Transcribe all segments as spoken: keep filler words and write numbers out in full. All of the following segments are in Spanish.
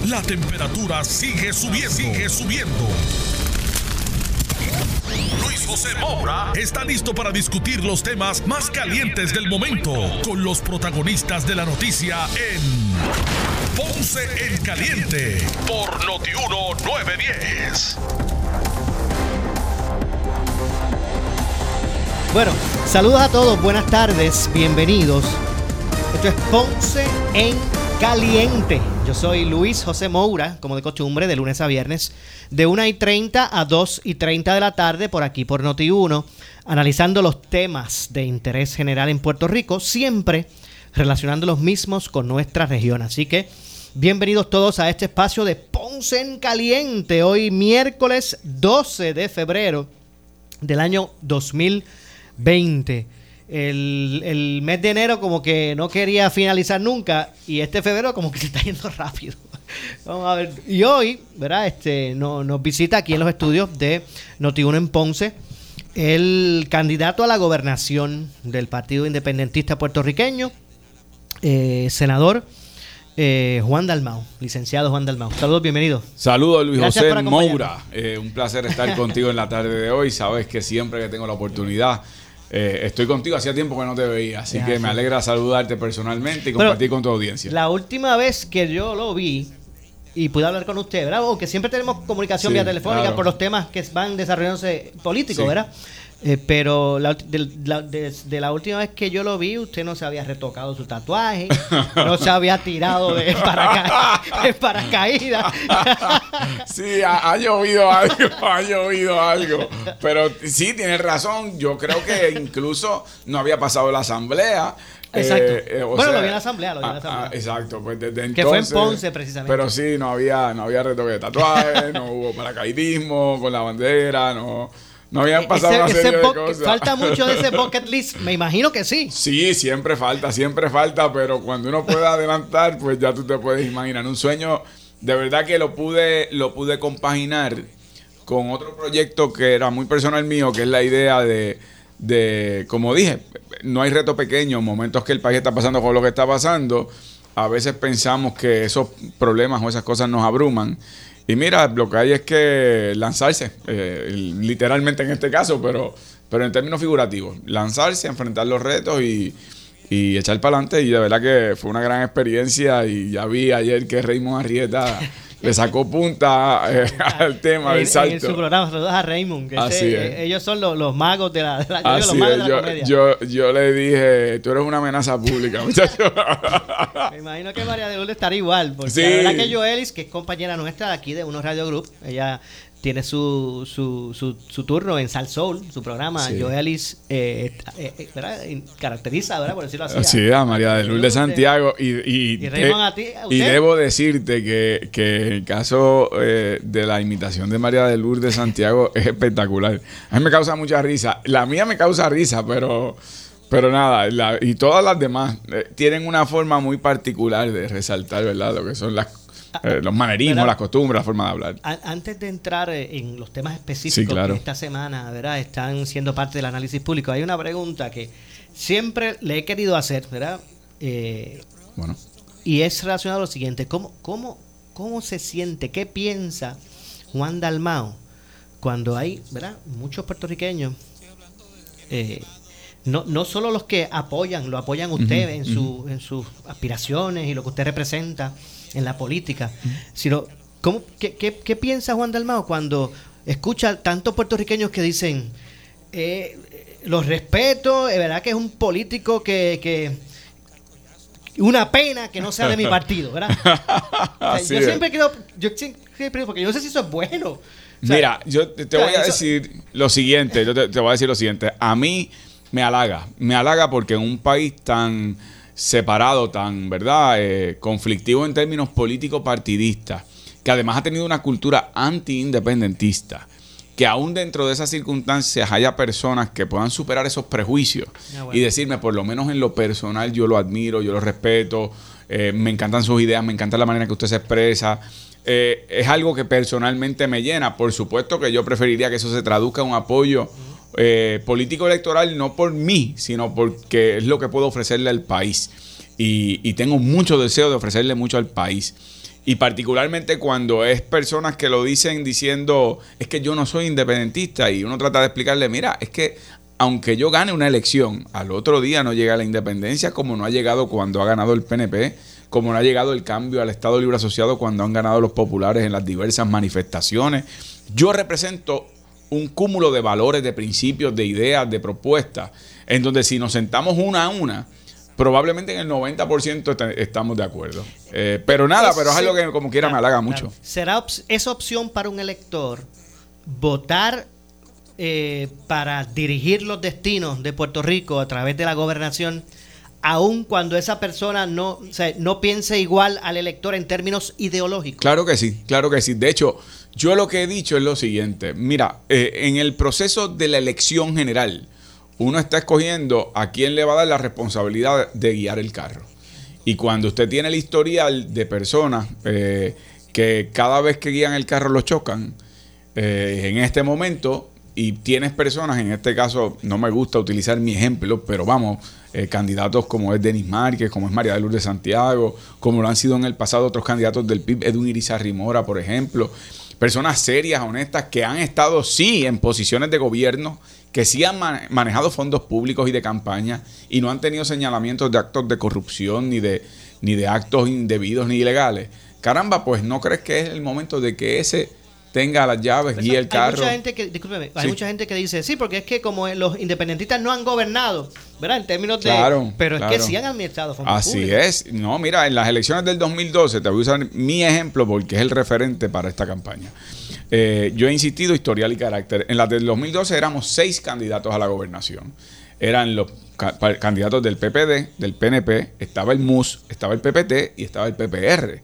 la temperatura sigue subiendo. Sigue subiendo. Luis José Moura está listo para discutir los temas más calientes del momento con los protagonistas de la noticia en Ponce en Caliente por Noti uno nueve diez. Bueno, saludos a todos, buenas tardes, bienvenidos. Esto es Ponce en Caliente. Yo soy Luis José Moura, como de costumbre, de lunes a viernes, de una y treinta a dos y treinta de la tarde, por aquí por Noti uno, analizando los temas de interés general en Puerto Rico, siempre relacionando los mismos con nuestra región. Así que, bienvenidos todos a este espacio de Ponce en Caliente, hoy miércoles doce de febrero del año dos mil veinte. El, el mes de enero como que no quería finalizar nunca y este febrero como que se está yendo rápido. Vamos a ver. Y hoy, ¿verdad? Este, no, nos visita aquí en los estudios de Noti uno en Ponce el candidato a la gobernación del Partido Independentista Puertorriqueño, eh, senador eh, Juan Dalmau, licenciado Juan Dalmau. Saludos, bienvenido. Saludos, Luis José Moura. Eh, un placer estar contigo en la tarde de hoy. Sabes que siempre que tengo la oportunidad Eh, estoy contigo, hacía tiempo que no te veía, así ya, que sí. Me alegra saludarte personalmente y compartir Pero, con tu audiencia. La última vez que yo lo vi y pude hablar con usted, ¿verdad? Porque siempre tenemos comunicación sí, vía telefónica claro. por los temas que van desarrollándose políticos, sí. ¿verdad? Eh, pero la, de, la, de, de la última vez que yo lo vi, usted no se había retocado su tatuaje, no se había tirado de, paraca de paracaídas. Sí, ha, ha llovido algo, ha llovido algo. Pero sí, tienes razón, yo creo que incluso no había pasado la asamblea. Exacto. Eh, eh, bueno, sea, lo vi en la asamblea, lo vi en la asamblea. Ah, exacto, pues desde entonces. Que fue en Ponce, precisamente. Pero sí, no había, no había retoque de tatuaje, no hubo paracaidismo con la bandera, no. No habían pasado ese, una serie de cosas. ¿Falta mucho de ese bucket list? Me imagino que sí. Sí, siempre falta, siempre falta, pero cuando uno puede adelantar, pues ya tú te puedes imaginar. Un sueño, de verdad que lo pude, lo pude compaginar con otro proyecto que era muy personal mío, que es la idea de, de, como dije, no hay reto pequeño, momentos que el país está pasando con lo que está pasando, a veces pensamos que esos problemas o esas cosas nos abruman. Y mira, lo que hay es que lanzarse, eh, literalmente en este caso, pero, pero en términos figurativos, lanzarse, enfrentar los retos y, y echar para adelante. Y de verdad que fue una gran experiencia y ya vi ayer que Raymond Arrieta le sacó punta eh, al tema en, del salto. En su programa, saludos a Raymond, que Así ese, es. ellos son los, los magos de la, de la, Así los magos de la yo, comedia. Yo, yo le dije, tú eres una amenaza pública, muchacho. Me imagino que María de Lourdes estará igual, porque sí. La verdad que Joelis, que es compañera nuestra de aquí de Uno Radio Group, ella tiene su, su, su, su turno en Sal Soul, su programa. Sí. Joelis eh, eh, eh, caracteriza, ¿verdad? Por decirlo así. Sí, a María de Lourdes Santiago. Y, y, y, Raymond, a ti, ¿a y debo decirte que, que en el caso eh, de la imitación de María de Lourdes Santiago es espectacular. A mí me causa mucha risa. La mía me causa risa, pero... Pero nada, la, y todas las demás eh, tienen una forma muy particular de resaltar, ¿verdad? Lo que son las, eh, los manerismos, ¿verdad? Las costumbres, la forma de hablar. Antes de entrar en los temas específicos sí, claro. que esta semana, ¿verdad?, están siendo parte del análisis público, hay una pregunta que siempre le he querido hacer, ¿verdad? Eh, bueno. Y es relacionado a lo siguiente: ¿cómo, cómo, cómo se siente, qué piensa Juan Dalmau cuando hay, ¿verdad?, muchos puertorriqueños, eh, No, no solo los que apoyan, lo apoyan usted uh-huh, en, su, uh-huh. en sus aspiraciones y lo que usted representa en la política, uh-huh. sino ¿cómo, qué, qué, qué piensa Juan Dalmau cuando escucha tantos puertorriqueños que dicen eh, los respeto, es verdad que es un político que, que una pena que no sea de mi partido, ¿verdad? O sea, yo es. siempre quiero, yo siempre, porque yo no sé si eso es bueno. O sea, mira, yo te, te voy a eso, decir lo siguiente, yo te, te voy a decir lo siguiente, a mí me halaga, me halaga porque en un país tan separado, tan, ¿verdad?, eh, conflictivo en términos político-partidistas, que además ha tenido una cultura anti-independentista, que aún dentro de esas circunstancias haya personas que puedan superar esos prejuicios ah, bueno. y decirme, por lo menos en lo personal, yo lo admiro, yo lo respeto, eh, me encantan sus ideas, me encanta la manera que usted se expresa. Eh, es algo que personalmente me llena. Por supuesto que yo preferiría que eso se traduzca en un apoyo eh, político electoral, no por mí, sino porque es lo que puedo ofrecerle al país. Y, y tengo mucho deseo de ofrecerle mucho al país. Y particularmente cuando es personas que lo dicen diciendo, es que yo no soy independentista, y uno trata de explicarle, mira, es que aunque yo gane una elección, al otro día no llega la independencia, como no ha llegado cuando ha ganado el P N P, como no ha llegado el cambio al Estado Libre Asociado cuando han ganado los populares en las diversas manifestaciones. Yo represento un cúmulo de valores, de principios, de ideas, de propuestas, en donde si nos sentamos una a una, probablemente en el noventa por ciento est- estamos de acuerdo. Eh, pero nada, Es, pero es algo sí, que como quiera claro, me halaga claro. mucho. ¿Será op- esa opción para un elector votar eh, para dirigir los destinos de Puerto Rico a través de la gobernación, aun cuando esa persona no, o sea, no piense igual al elector en términos ideológicos? Claro que sí, claro que sí. De hecho, yo lo que he dicho es lo siguiente. Mira, eh, en el proceso de la elección general, uno está escogiendo a quién le va a dar la responsabilidad de guiar el carro. Y cuando usted tiene el historial de personas eh, que cada vez que guían el carro lo chocan, eh, en este momento, y tienes personas, en este caso no me gusta utilizar mi ejemplo, pero vamos, eh, candidatos como es Denis Márquez, como es María de Lourdes Santiago, como lo han sido en el pasado otros candidatos del P I B, Edwin Irizarry Mora, por ejemplo, personas serias, honestas, que han estado sí en posiciones de gobierno, que sí han man- manejado fondos públicos y de campaña y no han tenido señalamientos de actos de corrupción ni de, ni de actos indebidos ni ilegales. Caramba, pues ¿no crees que es el momento de que ese tenga las llaves, guíe el carro? Hay mucha gente que, discúlpeme, hay Sí. mucha gente que dice, sí, porque es que como los independentistas no han gobernado, ¿verdad? En términos de... Claro, pero claro. es que sí han administrado fondos Así públicos. es. No, mira, en las elecciones del dos mil doce, te voy a usar mi ejemplo porque es el referente para esta campaña. Eh, yo he insistido historial y carácter. En las del dos mil doce éramos seis candidatos a la gobernación. Eran los ca- pa- candidatos del P P D, del P N P, estaba el M U S, estaba el P P T y estaba el P P R.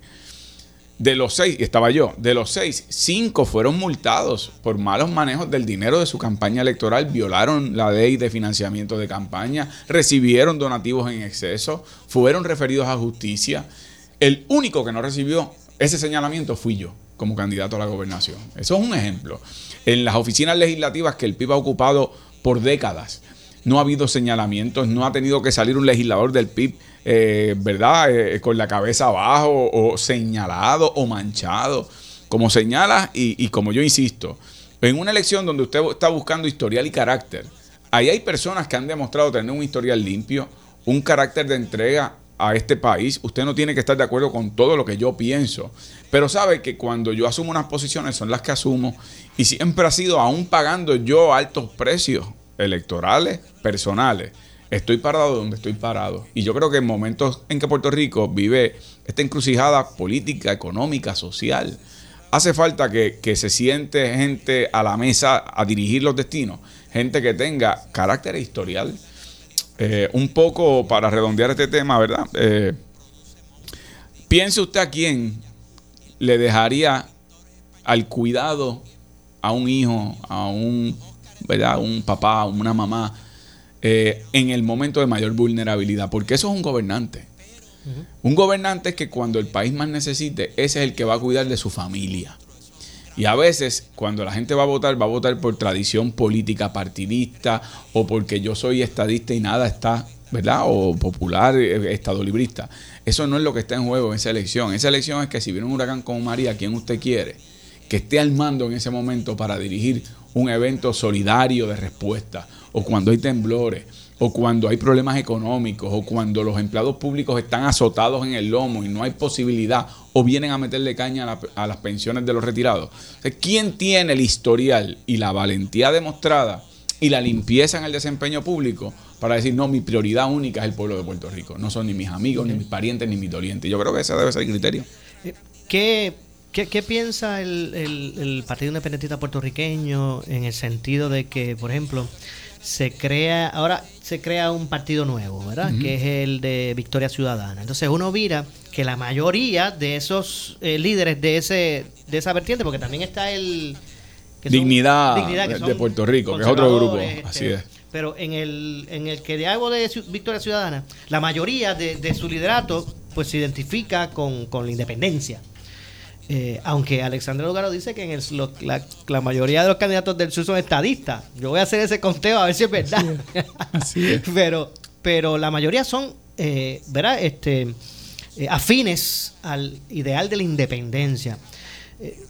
De los seis, y estaba yo, de los seis, cinco fueron multados por malos manejos del dinero de su campaña electoral, violaron la ley de financiamiento de campaña, recibieron donativos en exceso, fueron referidos a justicia. El único que no recibió ese señalamiento fui yo, como candidato a la gobernación. Eso es un ejemplo. En las oficinas legislativas que el P I B ha ocupado por décadas, no ha habido señalamientos, no ha tenido que salir un legislador del P I B, eh, ¿verdad? Eh, con la cabeza abajo, o señalado, o manchado. Como señala, y, y como yo insisto, en una elección donde usted está buscando historial y carácter, ahí hay personas que han demostrado tener un historial limpio, un carácter de entrega a este país. Usted no tiene que estar de acuerdo con todo lo que yo pienso, pero sabe que cuando yo asumo unas posiciones son las que asumo, y siempre ha sido, aún pagando yo altos precios electorales, personales, estoy parado donde estoy parado. Y yo creo que en momentos en que Puerto Rico vive esta encrucijada política, económica, social, hace falta que, que se siente gente a la mesa a dirigir los destinos, gente que tenga carácter e historial. Eh, un poco para redondear este tema, ¿verdad? Eh, piense usted a quién le dejaría al cuidado a un hijo, a un, ¿verdad? Un papá, una mamá, eh, en el momento de mayor vulnerabilidad, porque eso es un gobernante. Uh-huh. Un gobernante es que cuando el país más necesite, ese es el que va a cuidar de su familia. Y a veces, cuando la gente va a votar, va a votar por tradición política partidista, o porque yo soy estadista y nada está, ¿verdad? O popular, estadolibrista. Eso no es lo que está en juego en esa elección. Esa elección es que si viene un huracán como María, ¿quién usted quiere que esté al mando en ese momento para dirigir un evento solidario de respuesta? O cuando hay temblores, o cuando hay problemas económicos, o cuando los empleados públicos están azotados en el lomo y no hay posibilidad, o vienen a meterle caña a, la, a las pensiones de los retirados. O sea, ¿quién tiene el historial y la valentía demostrada y la limpieza en el desempeño público para decir, no, mi prioridad única es el pueblo de Puerto Rico? No son ni mis amigos, okay, ni mis parientes, ni mis dolientes. Yo creo que ese debe ser el criterio. ¿Qué, qué, qué piensa el, el, el Partido Independentista puertorriqueño en el sentido de que, por ejemplo, se crea, ahora se crea un partido nuevo, ¿verdad? Uh-huh. Que es el de Victoria Ciudadana. Entonces uno mira que la mayoría de esos eh, líderes de ese de esa vertiente, porque también está el que Dignidad, son, Dignidad que son de Puerto Rico, que es otro grupo, este, así es. Pero en el en el que de algo de Victoria Ciudadana, la mayoría de, de su liderato pues se identifica con, con la independencia. Eh, aunque Alexandra Lugaro dice que en el, lo, la, la mayoría de los candidatos del sur son estadistas. Yo voy a hacer ese conteo a ver si es verdad. Así es. Así es. pero, pero la mayoría son, eh, ¿verdad? Este, eh, afines al ideal de la independencia. Eh,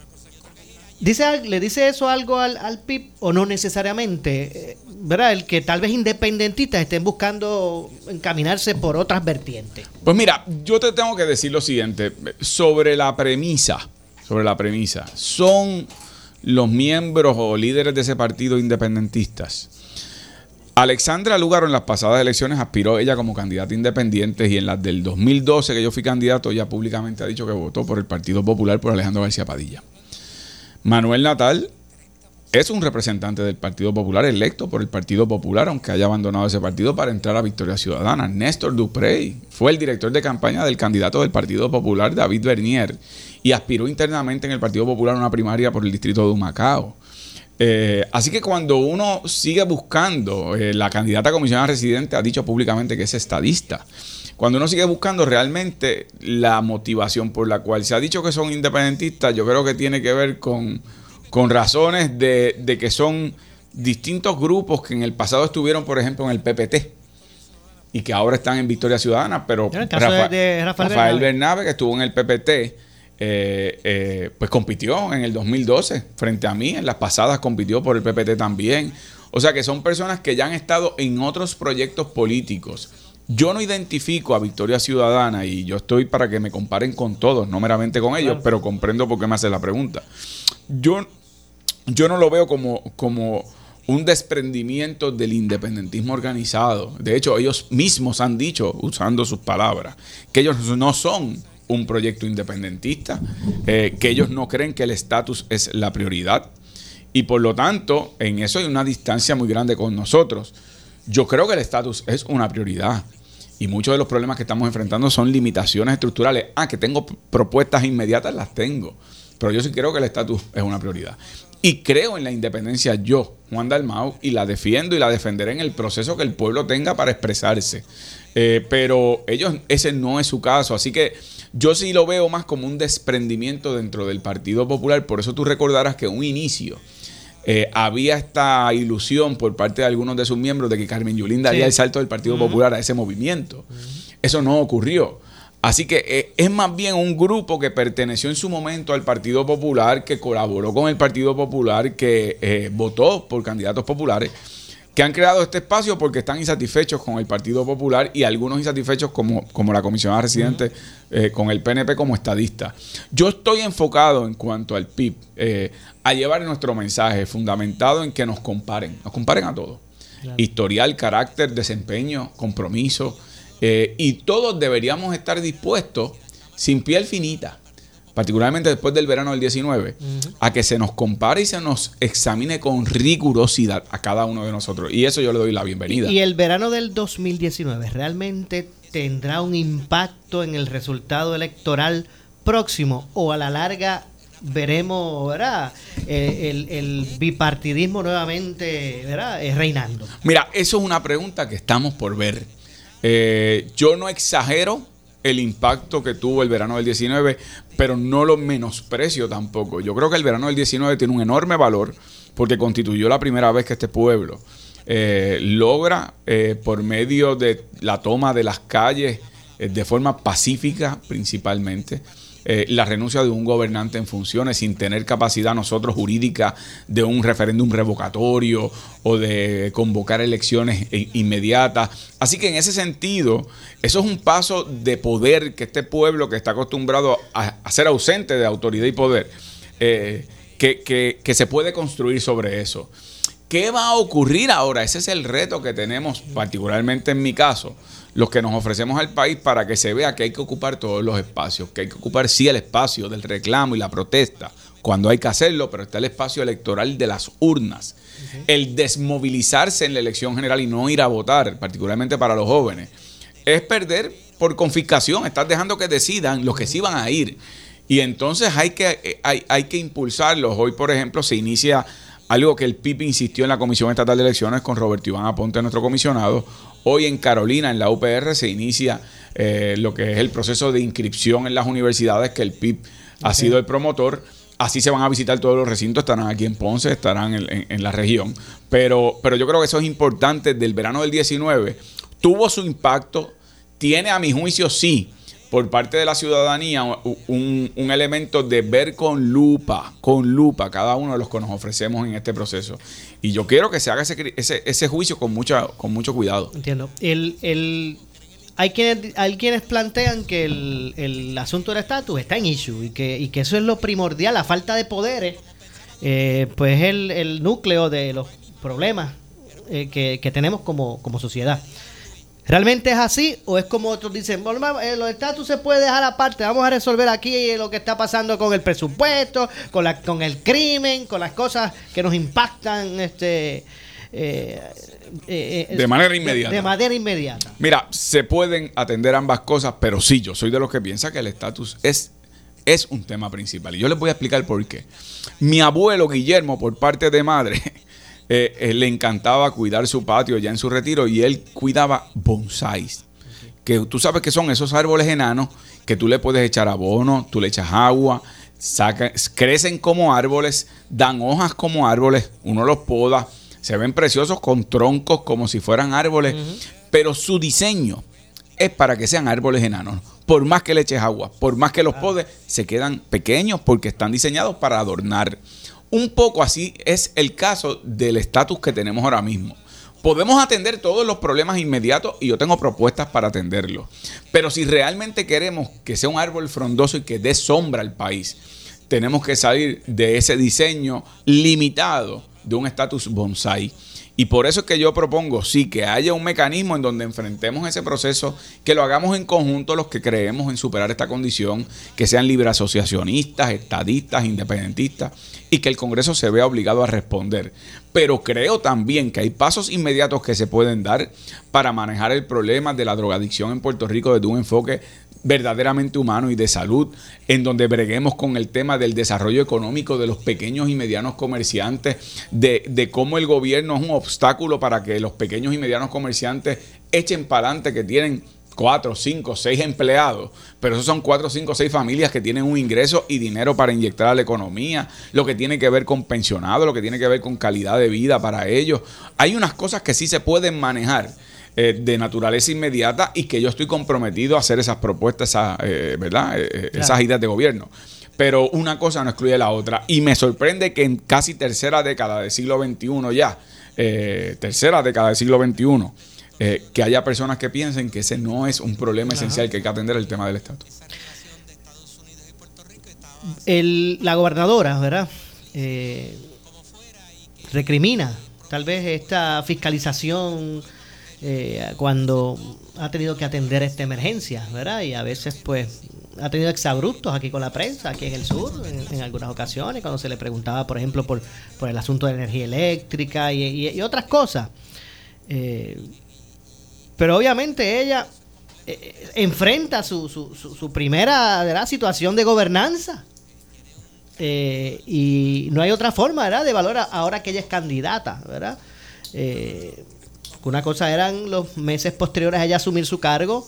¿dice, ¿Le dice eso algo al, al P I B o no necesariamente? Eh, ¿verdad? El que tal vez independentistas estén buscando encaminarse por otras vertientes. Pues mira, yo te tengo que decir lo siguiente. Sobre la premisa, sobre la premisa, son los miembros o líderes de ese partido independentistas. Alexandra Lúgaro en las pasadas elecciones aspiró ella como candidata independiente y en las del dos mil doce que yo fui candidato ella públicamente ha dicho que votó por el Partido Popular por Alejandro García Padilla. Manuel Natal es un representante del Partido Popular electo por el Partido Popular, aunque haya abandonado ese partido para entrar a Victoria Ciudadana. Néstor Duprey fue el director de campaña del candidato del Partido Popular, David Bernier, y aspiró internamente en el Partido Popular a una primaria por el distrito de Humacao. Eh, así que cuando uno sigue buscando, eh, la candidata comisionada residente ha dicho públicamente que es estadista. Cuando uno sigue buscando realmente la motivación por la cual se ha dicho que son independentistas, yo creo que tiene que ver con, con razones de, de que son distintos grupos que en el pasado estuvieron, por ejemplo, en el P P T y que ahora están en Victoria Ciudadana, pero en el caso Rafa, de, de Rafael, Rafael Bernabe. Bernabe, que estuvo en el P P T, eh, eh, pues compitió en el dos mil doce frente a mí, en las pasadas compitió por el P P T también. O sea que son personas que ya han estado en otros proyectos políticos. Yo no identifico a Victoria Ciudadana y yo estoy para que me comparen con todos, no meramente con ellos, claro, pero comprendo por qué me hace la pregunta. Yo, yo no lo veo como, como un desprendimiento del independentismo organizado. De hecho, ellos mismos han dicho, usando sus palabras, que ellos no son un proyecto independentista, eh, que ellos no creen que el estatus es la prioridad y por lo tanto, en eso hay una distancia muy grande con nosotros. Yo creo que el estatus es una prioridad. Y muchos de los problemas que estamos enfrentando son limitaciones estructurales. Ah, que tengo propuestas inmediatas, las tengo. Pero yo sí creo que el estatus es una prioridad. Y creo en la independencia yo, Juan Dalmau, y la defiendo y la defenderé en el proceso que el pueblo tenga para expresarse. Eh, pero ellos, ese no es su caso. Así que yo sí lo veo más como un desprendimiento dentro del Partido Popular. Por eso tú recordarás que un inicio Eh, había esta ilusión por parte de algunos de sus miembros de que Carmen Yulín daría sí. el salto del Partido uh-huh. Popular a ese movimiento. Uh-huh. Eso no ocurrió. Así que eh, es más bien un grupo que perteneció en su momento al Partido Popular, que colaboró con el Partido Popular, que eh, votó por candidatos populares, que han creado este espacio porque están insatisfechos con el Partido Popular y algunos insatisfechos como, como la comisionada residente uh-huh. eh, con el P N P como estadista. Yo estoy enfocado en cuanto al P I B eh, a llevar nuestro mensaje fundamentado en que nos comparen, nos comparen a todos. Claro. Historial, carácter, desempeño, compromiso eh, y todos deberíamos estar dispuestos sin piel finita, particularmente después del verano del diecinueve, uh-huh. a que se nos compare y se nos examine con rigurosidad a cada uno de nosotros. Y eso yo le doy la bienvenida. ¿Y el verano del dos mil diecinueve realmente tendrá un impacto en el resultado electoral próximo o a la larga veremos, ¿verdad?, el, el bipartidismo nuevamente, ¿verdad?, reinando? Mira, eso es una pregunta que estamos por ver. Eh, yo no exagero el impacto que tuvo el verano del diecinueve, pero no lo menosprecio tampoco. Yo creo que el verano del diecinueve tiene un enorme valor porque constituyó la primera vez que este pueblo eh, logra, eh, por medio de la toma de las calles eh, de forma pacífica principalmente, Eh, la renuncia de un gobernante en funciones sin tener capacidad nosotros jurídica de un referéndum revocatorio o de convocar elecciones inmediatas. Así que en ese sentido, eso es un paso de poder que este pueblo que está acostumbrado a, a ser ausente de autoridad y poder, eh, que, que, que se puede construir sobre eso. ¿Qué va a ocurrir ahora? Ese es el reto que tenemos, particularmente en mi caso, los que nos ofrecemos al país, para que se vea que hay que ocupar todos los espacios, que hay que ocupar sí el espacio del reclamo y la protesta cuando hay que hacerlo, pero está el espacio electoral de las urnas. Uh-huh. El desmovilizarse en la elección general y no ir a votar, particularmente para los jóvenes, es perder por confiscación. Estás dejando que decidan los que sí van a ir. Y entonces hay que, hay, hay que impulsarlos. Hoy, por ejemplo, se inicia algo que el P I B insistió en la Comisión Estatal de Elecciones con Roberto Iván Aponte, nuestro comisionado. Hoy en Carolina, en la U P R, se inicia eh, lo que es el proceso de inscripción en las universidades, que el P I B okay. ha sido el promotor. Así se van a visitar todos los recintos, estarán aquí en Ponce, estarán en, en, en la región. Pero, pero yo creo que eso es importante. Del verano del diecinueve tuvo su impacto, tiene a mi juicio sí por parte de la ciudadanía un, un elemento de ver con lupa, con lupa cada uno de los que nos ofrecemos en este proceso. Y yo quiero que se haga ese, ese, ese juicio con, mucha, con mucho cuidado. Entiendo. El, el, hay, quienes, hay quienes plantean que el, el asunto del estatus está en issue y que, y que eso es lo primordial, la falta de poderes, eh, pues es el, el núcleo de los problemas eh, que, que tenemos como, como sociedad. ¿Realmente es así o es como otros dicen, los estatus se puede dejar aparte, vamos a resolver aquí lo que está pasando con el presupuesto, con la con el crimen, con las cosas que nos impactan este eh, eh, de manera inmediata? De, de manera inmediata. Mira, se pueden atender ambas cosas, pero sí, yo soy de los que piensa que el estatus es, es un tema principal. Y yo les voy a explicar por qué. Mi abuelo Guillermo, por parte de madre, Eh, eh, le encantaba cuidar su patio ya en su retiro y él cuidaba bonsáis. Okay. Que tú sabes que son esos árboles enanos que tú le puedes echar abono, tú le echas agua, sacan, crecen como árboles, dan hojas como árboles, uno los poda, se ven preciosos con troncos como si fueran árboles, uh-huh. pero su diseño es para que sean árboles enanos. Por más que le eches agua, por más que los ah. podes, se quedan pequeños porque están diseñados para adornar. Un poco así es el caso del estatus que tenemos ahora mismo. Podemos atender todos los problemas inmediatos y yo tengo propuestas para atenderlos. Pero si realmente queremos que sea un árbol frondoso y que dé sombra al país, tenemos que salir de ese diseño limitado de un estatus bonsai. Y por eso es que yo propongo, sí, que haya un mecanismo en donde enfrentemos ese proceso, que lo hagamos en conjunto los que creemos en superar esta condición, que sean libre asociacionistas, estadistas, independentistas, y que el Congreso se vea obligado a responder. Pero creo también que hay pasos inmediatos que se pueden dar para manejar el problema de la drogadicción en Puerto Rico desde un enfoque verdaderamente humano y de salud, en donde breguemos con el tema del desarrollo económico de los pequeños y medianos comerciantes, de, de cómo el gobierno es un obstáculo para que los pequeños y medianos comerciantes echen para adelante, que tienen cuatro, cinco, seis empleados, pero esos son cuatro, cinco, seis familias que tienen un ingreso y dinero para inyectar a la economía, lo que tiene que ver con pensionados, lo que tiene que ver con calidad de vida para ellos. Hay unas cosas que sí se pueden manejar Eh, de naturaleza inmediata y que yo estoy comprometido a hacer esas propuestas, esa, eh, ¿verdad? Eh, claro. Esas ideas de gobierno. Pero una cosa no excluye la otra. Y me sorprende que en casi tercera década del siglo veintiuno ya, eh, tercera década del siglo veintiuno, eh, que haya personas que piensen que ese no es un problema Ajá. esencial que hay que atender, el tema del estatus. El, la gobernadora, ¿verdad? Eh, recrimina tal vez esta fiscalización Eh, cuando ha tenido que atender esta emergencia, ¿verdad? Y a veces pues ha tenido exabruptos aquí con la prensa, aquí en el sur, en, en algunas ocasiones, cuando se le preguntaba, por ejemplo, por, por el asunto de energía eléctrica y, y, y otras cosas. Eh, pero obviamente ella eh, enfrenta su, su, su, su primera, ¿verdad?, situación de gobernanza. Eh, y no hay otra forma, ¿verdad?, de valorar ahora que ella es candidata, ¿verdad? Eh, Una cosa eran los meses posteriores a ella asumir su cargo,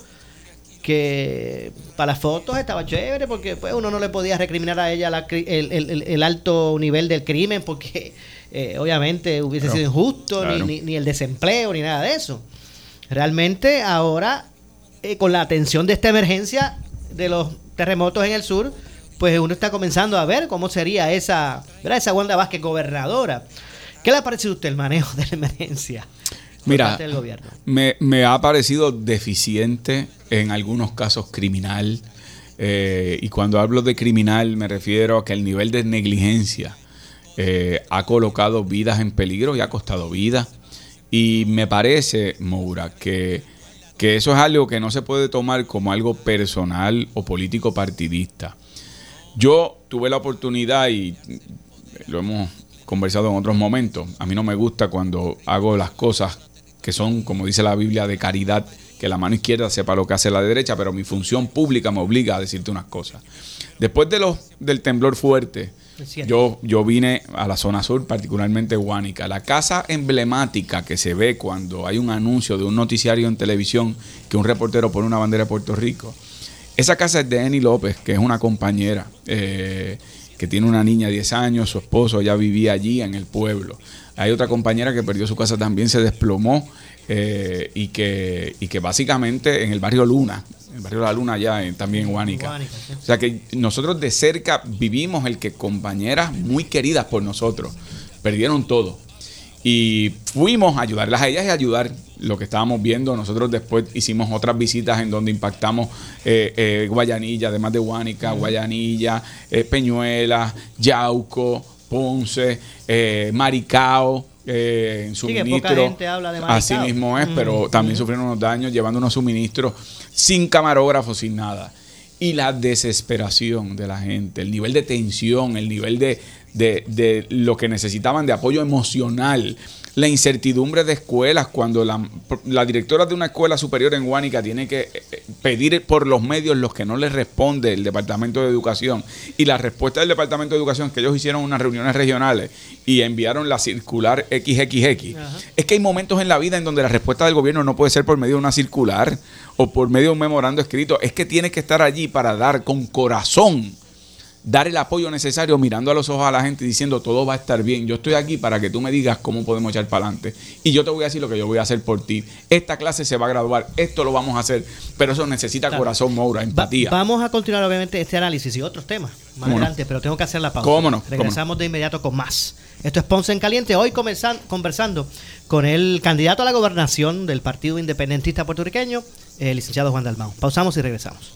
que para las fotos estaba chévere porque pues uno no le podía recriminar a ella la, el, el, el alto nivel del crimen porque eh, obviamente hubiese Pero, sido injusto, claro. ni, ni, ni el desempleo, ni nada de eso. Realmente ahora, eh, con la atención de esta emergencia de los terremotos en el sur, pues uno está comenzando a ver cómo sería esa, ¿verdad?, esa Wanda Vázquez gobernadora. ¿Qué le ha parecido a usted el manejo de la emergencia? Mira, me, me ha parecido deficiente, en algunos casos criminal, eh, y cuando hablo de criminal me refiero a que el nivel de negligencia eh, ha colocado vidas en peligro y ha costado vidas. Y me parece, Moura, que, que eso es algo que no se puede tomar como algo personal o político partidista. Yo tuve la oportunidad, y lo hemos conversado en otros momentos, a mí no me gusta cuando hago las cosas que son, como dice la Biblia, de caridad, que la mano izquierda sepa lo que hace la derecha, pero mi función pública me obliga a decirte unas cosas. Después de los, del temblor fuerte, yo, yo vine a la zona sur, particularmente Guánica. La casa emblemática que se ve cuando hay un anuncio de un noticiario en televisión que un reportero pone una bandera de Puerto Rico, esa casa es de Eni López, que es una compañera, eh, que tiene una niña de diez años, su esposo ya vivía allí en el pueblo. Hay otra compañera que perdió su casa también, se desplomó eh, y, que, y que básicamente en el barrio Luna, en el barrio La Luna allá en, también en Guánica. Sí. O sea que nosotros de cerca vivimos el que compañeras muy queridas por nosotros perdieron todo. Y fuimos a ayudarlas a ellas y a ayudar lo que estábamos viendo. Nosotros después hicimos otras visitas en donde impactamos eh, eh, Guayanilla, además de Guánica, uh-huh. Guayanilla, eh, Peñuelas, Yauco, Ponce, eh, Maricao, eh, en suministro. Sí, que poca gente habla de Maricao. Así mismo es, uh-huh. pero también uh-huh. sufrieron unos daños llevando unos suministros sin camarógrafo, sin nada. Y la desesperación de la gente, el nivel de tensión, el nivel de, de, de lo que necesitaban de apoyo emocional, la incertidumbre de escuelas cuando la, la directora de una escuela superior en Guánica tiene que pedir por los medios los que no les responde el Departamento de Educación, y la respuesta del Departamento de Educación es que ellos hicieron unas reuniones regionales y enviaron la circular equis equis equis. Ajá. Es que hay momentos en la vida en donde la respuesta del gobierno no puede ser por medio de una circular o por medio de un memorando escrito, es que tiene que estar allí para dar con corazón, dar el apoyo necesario, mirando a los ojos a la gente y diciendo todo va a estar bien. Yo estoy aquí para que tú me digas cómo podemos echar para adelante. Y yo te voy a decir lo que yo voy a hacer por ti. Esta clase se va a graduar, esto lo vamos a hacer. Pero eso necesita claro. corazón, Moura, empatía. Va, vamos a continuar obviamente este análisis y otros temas más adelante, no? pero tengo que hacer la pausa. ¿Cómo no? Regresamos ¿Cómo no? de inmediato con más. Esto es Ponce en Caliente. Hoy conversando con el candidato a la gobernación del Partido Independentista Puertorriqueño, el licenciado Juan Dalmau. Pausamos y regresamos.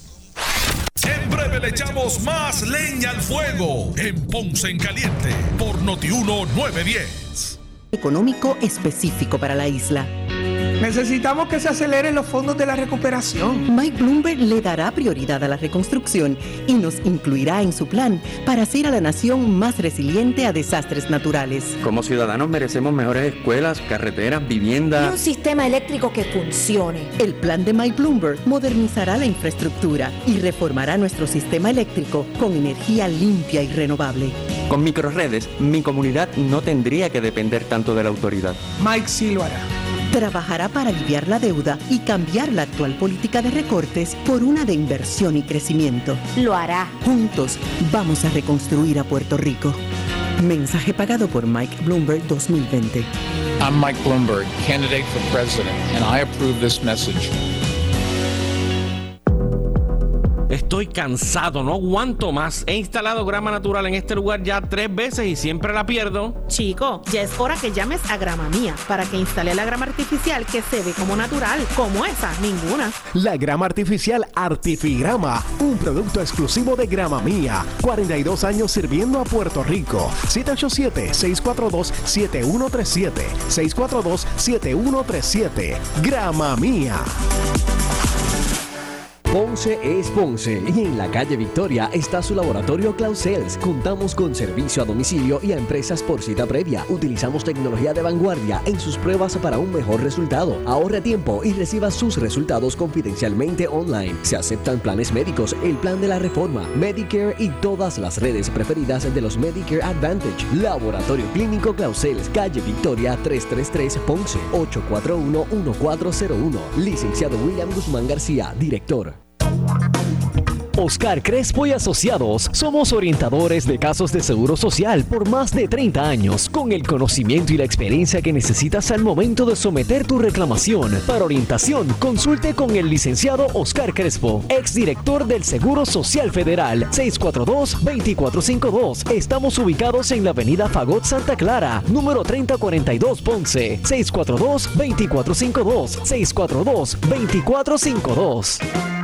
En breve le echamos más leña al fuego en Ponce en Caliente por Noti uno nueve diez. Económico específico para la isla. Necesitamos que se aceleren los fondos de la recuperación. Mike Bloomberg le dará prioridad a la reconstrucción y nos incluirá en su plan para hacer a la nación más resiliente a desastres naturales. Como ciudadanos merecemos mejores escuelas, carreteras, viviendas. Y un sistema eléctrico que funcione. El plan de Mike Bloomberg modernizará la infraestructura y reformará nuestro sistema eléctrico con energía limpia y renovable. Con microredes, mi comunidad no tendría que depender tanto de la autoridad. Mike sí lo hará. Trabajará para aliviar la deuda y cambiar la actual política de recortes por una de inversión y crecimiento. Lo hará. Juntos vamos a reconstruir a Puerto Rico. Mensaje pagado por Mike Bloomberg dos mil veinte. I'm Mike Bloomberg, candidate for president, and I approve this message. Estoy cansado, no aguanto más. He instalado grama natural en este lugar ya tres veces y siempre la pierdo. Chico, ya es hora que llames a Grama Mía para que instale la grama artificial que se ve como natural, como esa, ninguna. La grama artificial Artifigrama, un producto exclusivo de Grama Mía. cuarenta y dos años sirviendo a Puerto Rico. siete ocho siete, seis cuatro dos, siete uno tres siete. seis cuatro dos, siete uno tres siete. Grama Mía. Ponce es Ponce y en la calle Victoria está su laboratorio Clausel's. Contamos con servicio a domicilio y a empresas por cita previa. Utilizamos tecnología de vanguardia en sus pruebas para un mejor resultado. Ahorre tiempo y reciba sus resultados confidencialmente online. Se aceptan planes médicos, el plan de la reforma, Medicare y todas las redes preferidas de los Medicare Advantage. Laboratorio Clínico Clausel's, calle Victoria trescientos treinta y tres Ponce, ocho cuatro uno, uno cuatro cero uno. Licenciado William Guzmán García, director. Oscar Crespo y Asociados. Somos orientadores de casos de seguro social por más de treinta años, con el conocimiento y la experiencia que necesitas al momento de someter tu reclamación. Para orientación, consulte con el licenciado Oscar Crespo, exdirector del Seguro Social Federal, seis cuatro dos, dos cuatro cinco dos. Estamos ubicados en la avenida Fagot Santa Clara, número treinta cuarenta y dos Ponce, seis cuatro dos, dos cuatro cinco dos, seis cuatro dos, dos cuatro cinco dos.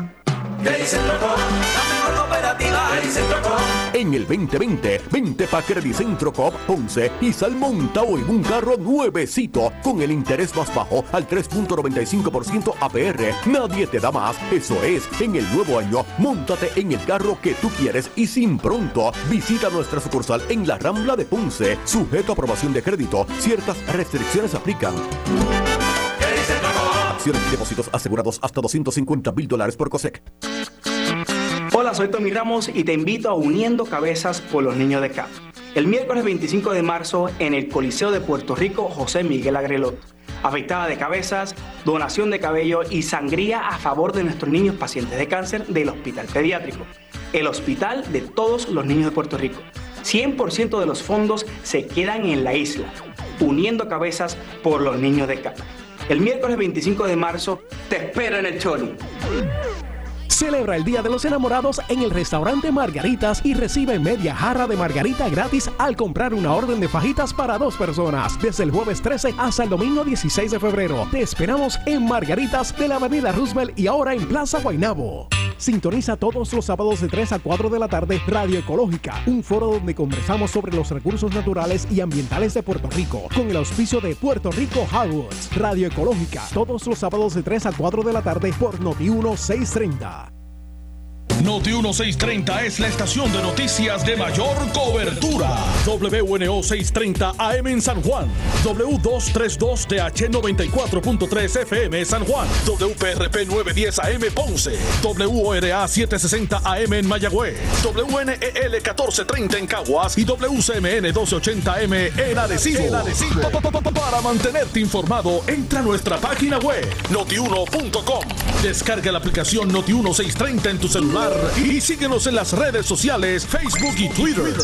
En el veinte veinte, vente pa' Credicentro Coop Ponce y sal montado en un carro nuevecito con el interés más bajo al tres punto noventa y cinco por ciento A P R. Nadie te da más. Eso es, en el nuevo año, móntate en el carro que tú quieres y sin pronto. Visita nuestra sucursal en la Rambla de Ponce. Sujeto a aprobación de crédito. Ciertas restricciones aplican. Acciones y depósitos asegurados hasta doscientos cincuenta mil dólares por COSEC. Hola, soy Tommy Ramos y te invito a Uniendo Cabezas por los Niños de C A P. El miércoles veinticinco de marzo en el Coliseo de Puerto Rico José Miguel Agrelot. Afeitada de cabezas, donación de cabello y sangría a favor de nuestros niños pacientes de cáncer del Hospital Pediátrico. El hospital de todos los niños de Puerto Rico. cien por ciento de los fondos se quedan en la isla, uniendo cabezas por los niños de CAP. El miércoles veinticinco de marzo te espero en el Choli. Celebra el Día de los Enamorados en el restaurante Margaritas y recibe media jarra de margarita gratis al comprar una orden de fajitas para dos personas. Desde el jueves trece hasta el domingo dieciséis de febrero. Te esperamos en Margaritas de la Avenida Roosevelt y ahora en Plaza Guaynabo. Sintoniza todos los sábados de tres a cuatro de la tarde Radio Ecológica, un foro donde conversamos sobre los recursos naturales y ambientales de Puerto Rico, con el auspicio de Puerto Rico Hardwoods. Radio Ecológica, todos los sábados de tres a cuatro de la tarde por Noti uno seiscientos treinta. Noti uno seiscientos treinta es la estación de noticias de mayor cobertura. W N O seiscientos treinta A M en San Juan, W doscientos treinta y dos T H noventa y cuatro punto tres F M San Juan, W P R P novecientos diez A M Ponce, W O R A setecientos sesenta A M en Mayagüez, W N E L catorce treinta en Caguas y W C M N doce ochenta A M en Arecibo. Para mantenerte informado, entra a nuestra página web noti uno punto com. Descarga la aplicación Noti uno seiscientos treinta en tu celular y síguenos en las redes sociales, Facebook y Twitter.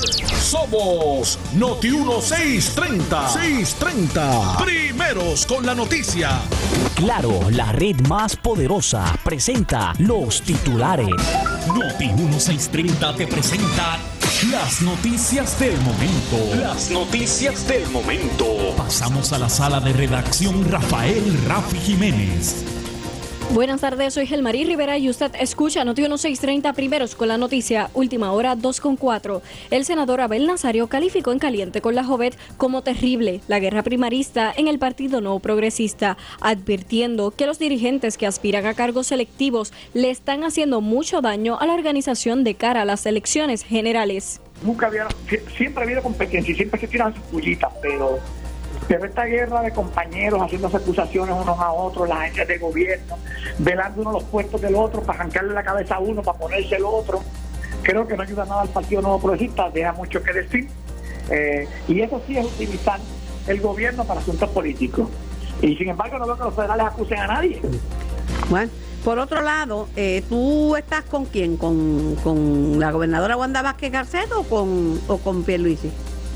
Somos Noti uno seiscientos treinta. seiscientos treinta. Primeros con la noticia. Claro, la red más poderosa presenta los titulares. Noti uno seiscientos treinta te presenta las noticias del momento. Las noticias del momento. Pasamos a la sala de redacción Rafael Rafi Jiménez. Buenas tardes, soy Gelmarí Rivera y usted escucha Noti uno seiscientos treinta Primeros con la noticia, última hora dos con cuatro. El senador Abel Nazario calificó en Caliente con la Jovet como terrible la guerra primarista en el Partido No Progresista, advirtiendo que los dirigentes que aspiran a cargos selectivos le están haciendo mucho daño a la organización de cara a las elecciones generales. Nunca había, siempre ha habido competencia y siempre se tiran sus pullitas, pero... Pero esta guerra de compañeros haciéndose acusaciones unos a otros, las agencias de gobierno, velando uno los puestos del otro para arrancarle la cabeza a uno, para ponerse el otro, creo que no ayuda nada al Partido Nuevo Progresista, deja mucho que decir. Eh, y eso sí es utilizar el gobierno para asuntos políticos. Y sin embargo no veo que los federales acusen a nadie. Bueno, por otro lado, eh, ¿tú estás con quién? ¿Con, con la gobernadora Wanda Vázquez Garcet o con, o con Pierluisi?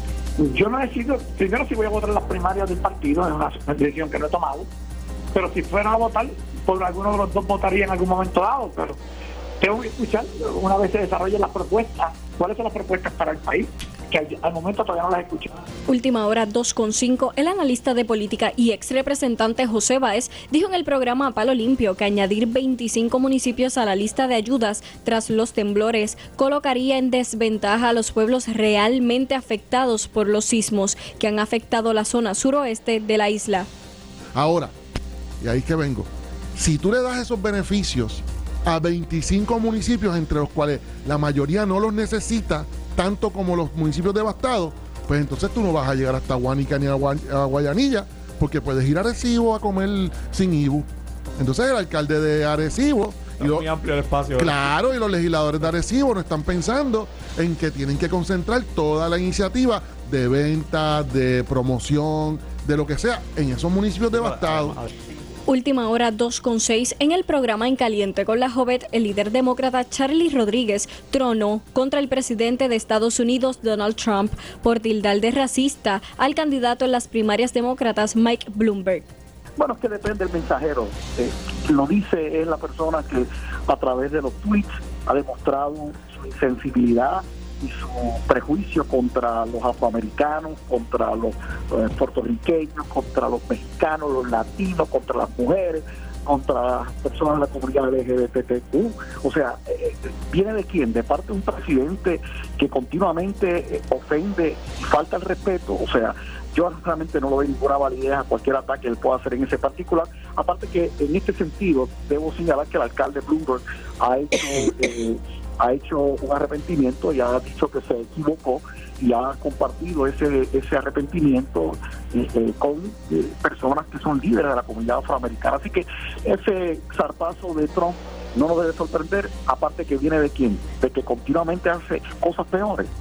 Yo no decido, primero si voy a votar en las primarias del partido, es una decisión que no he tomado, pero si fuera a votar, por alguno de los dos votaría en algún momento dado, pero tengo que escuchar una vez se desarrollen las propuestas, cuáles son las propuestas para el país, que al, al momento todavía no las he escuchado. Última hora dos con cinco, el analista de política y ex representante José Báez dijo en el programa Palo Limpio que añadir veinticinco municipios a la lista de ayudas tras los temblores colocaría en desventaja a los pueblos realmente afectados por los sismos que han afectado la zona suroeste de la isla. Ahora, y ahí que vengo, si tú le das esos beneficios a veinticinco municipios, entre los cuales la mayoría no los necesita, tanto como los municipios devastados, pues entonces tú no vas a llegar hasta Guánica ni a, Guay- a Guayanilla, porque puedes ir a Arecibo a comer sin I B U. Entonces el alcalde de Arecibo y lo, muy amplio el espacio. Claro, ¿verdad? Y los legisladores de Arecibo no están pensando en que tienen que concentrar toda la iniciativa de venta, de promoción, de lo que sea, en esos municipios devastados. Última hora dos con seis, en el programa En Caliente con la Jovet, el líder demócrata Charlie Rodríguez tronó contra el presidente de Estados Unidos Donald Trump por tildar de racista al candidato en las primarias demócratas Mike Bloomberg. Bueno, es que depende del mensajero. Eh, lo dice es la persona que a través de los tweets ha demostrado su insensibilidad y su prejuicio contra los afroamericanos, contra los eh, puertorriqueños, contra los mexicanos, los latinos, contra las mujeres, contra las personas de la comunidad L G B T Q. O sea, eh, ¿viene de quién? De parte de un presidente que continuamente eh, ofende y falta el respeto. O sea, yo realmente no lo veo ninguna validez a cualquier ataque que él pueda hacer en ese particular. Aparte que en este sentido debo señalar que el alcalde Bloomberg ha hecho... Eh, ha hecho un arrepentimiento y ha dicho que se equivocó y ha compartido ese ese arrepentimiento eh, eh, con eh, personas que son líderes de la comunidad afroamericana. Así que ese zarpazo de Trump no nos debe sorprender, aparte que viene de quién, de que continuamente hace cosas peores.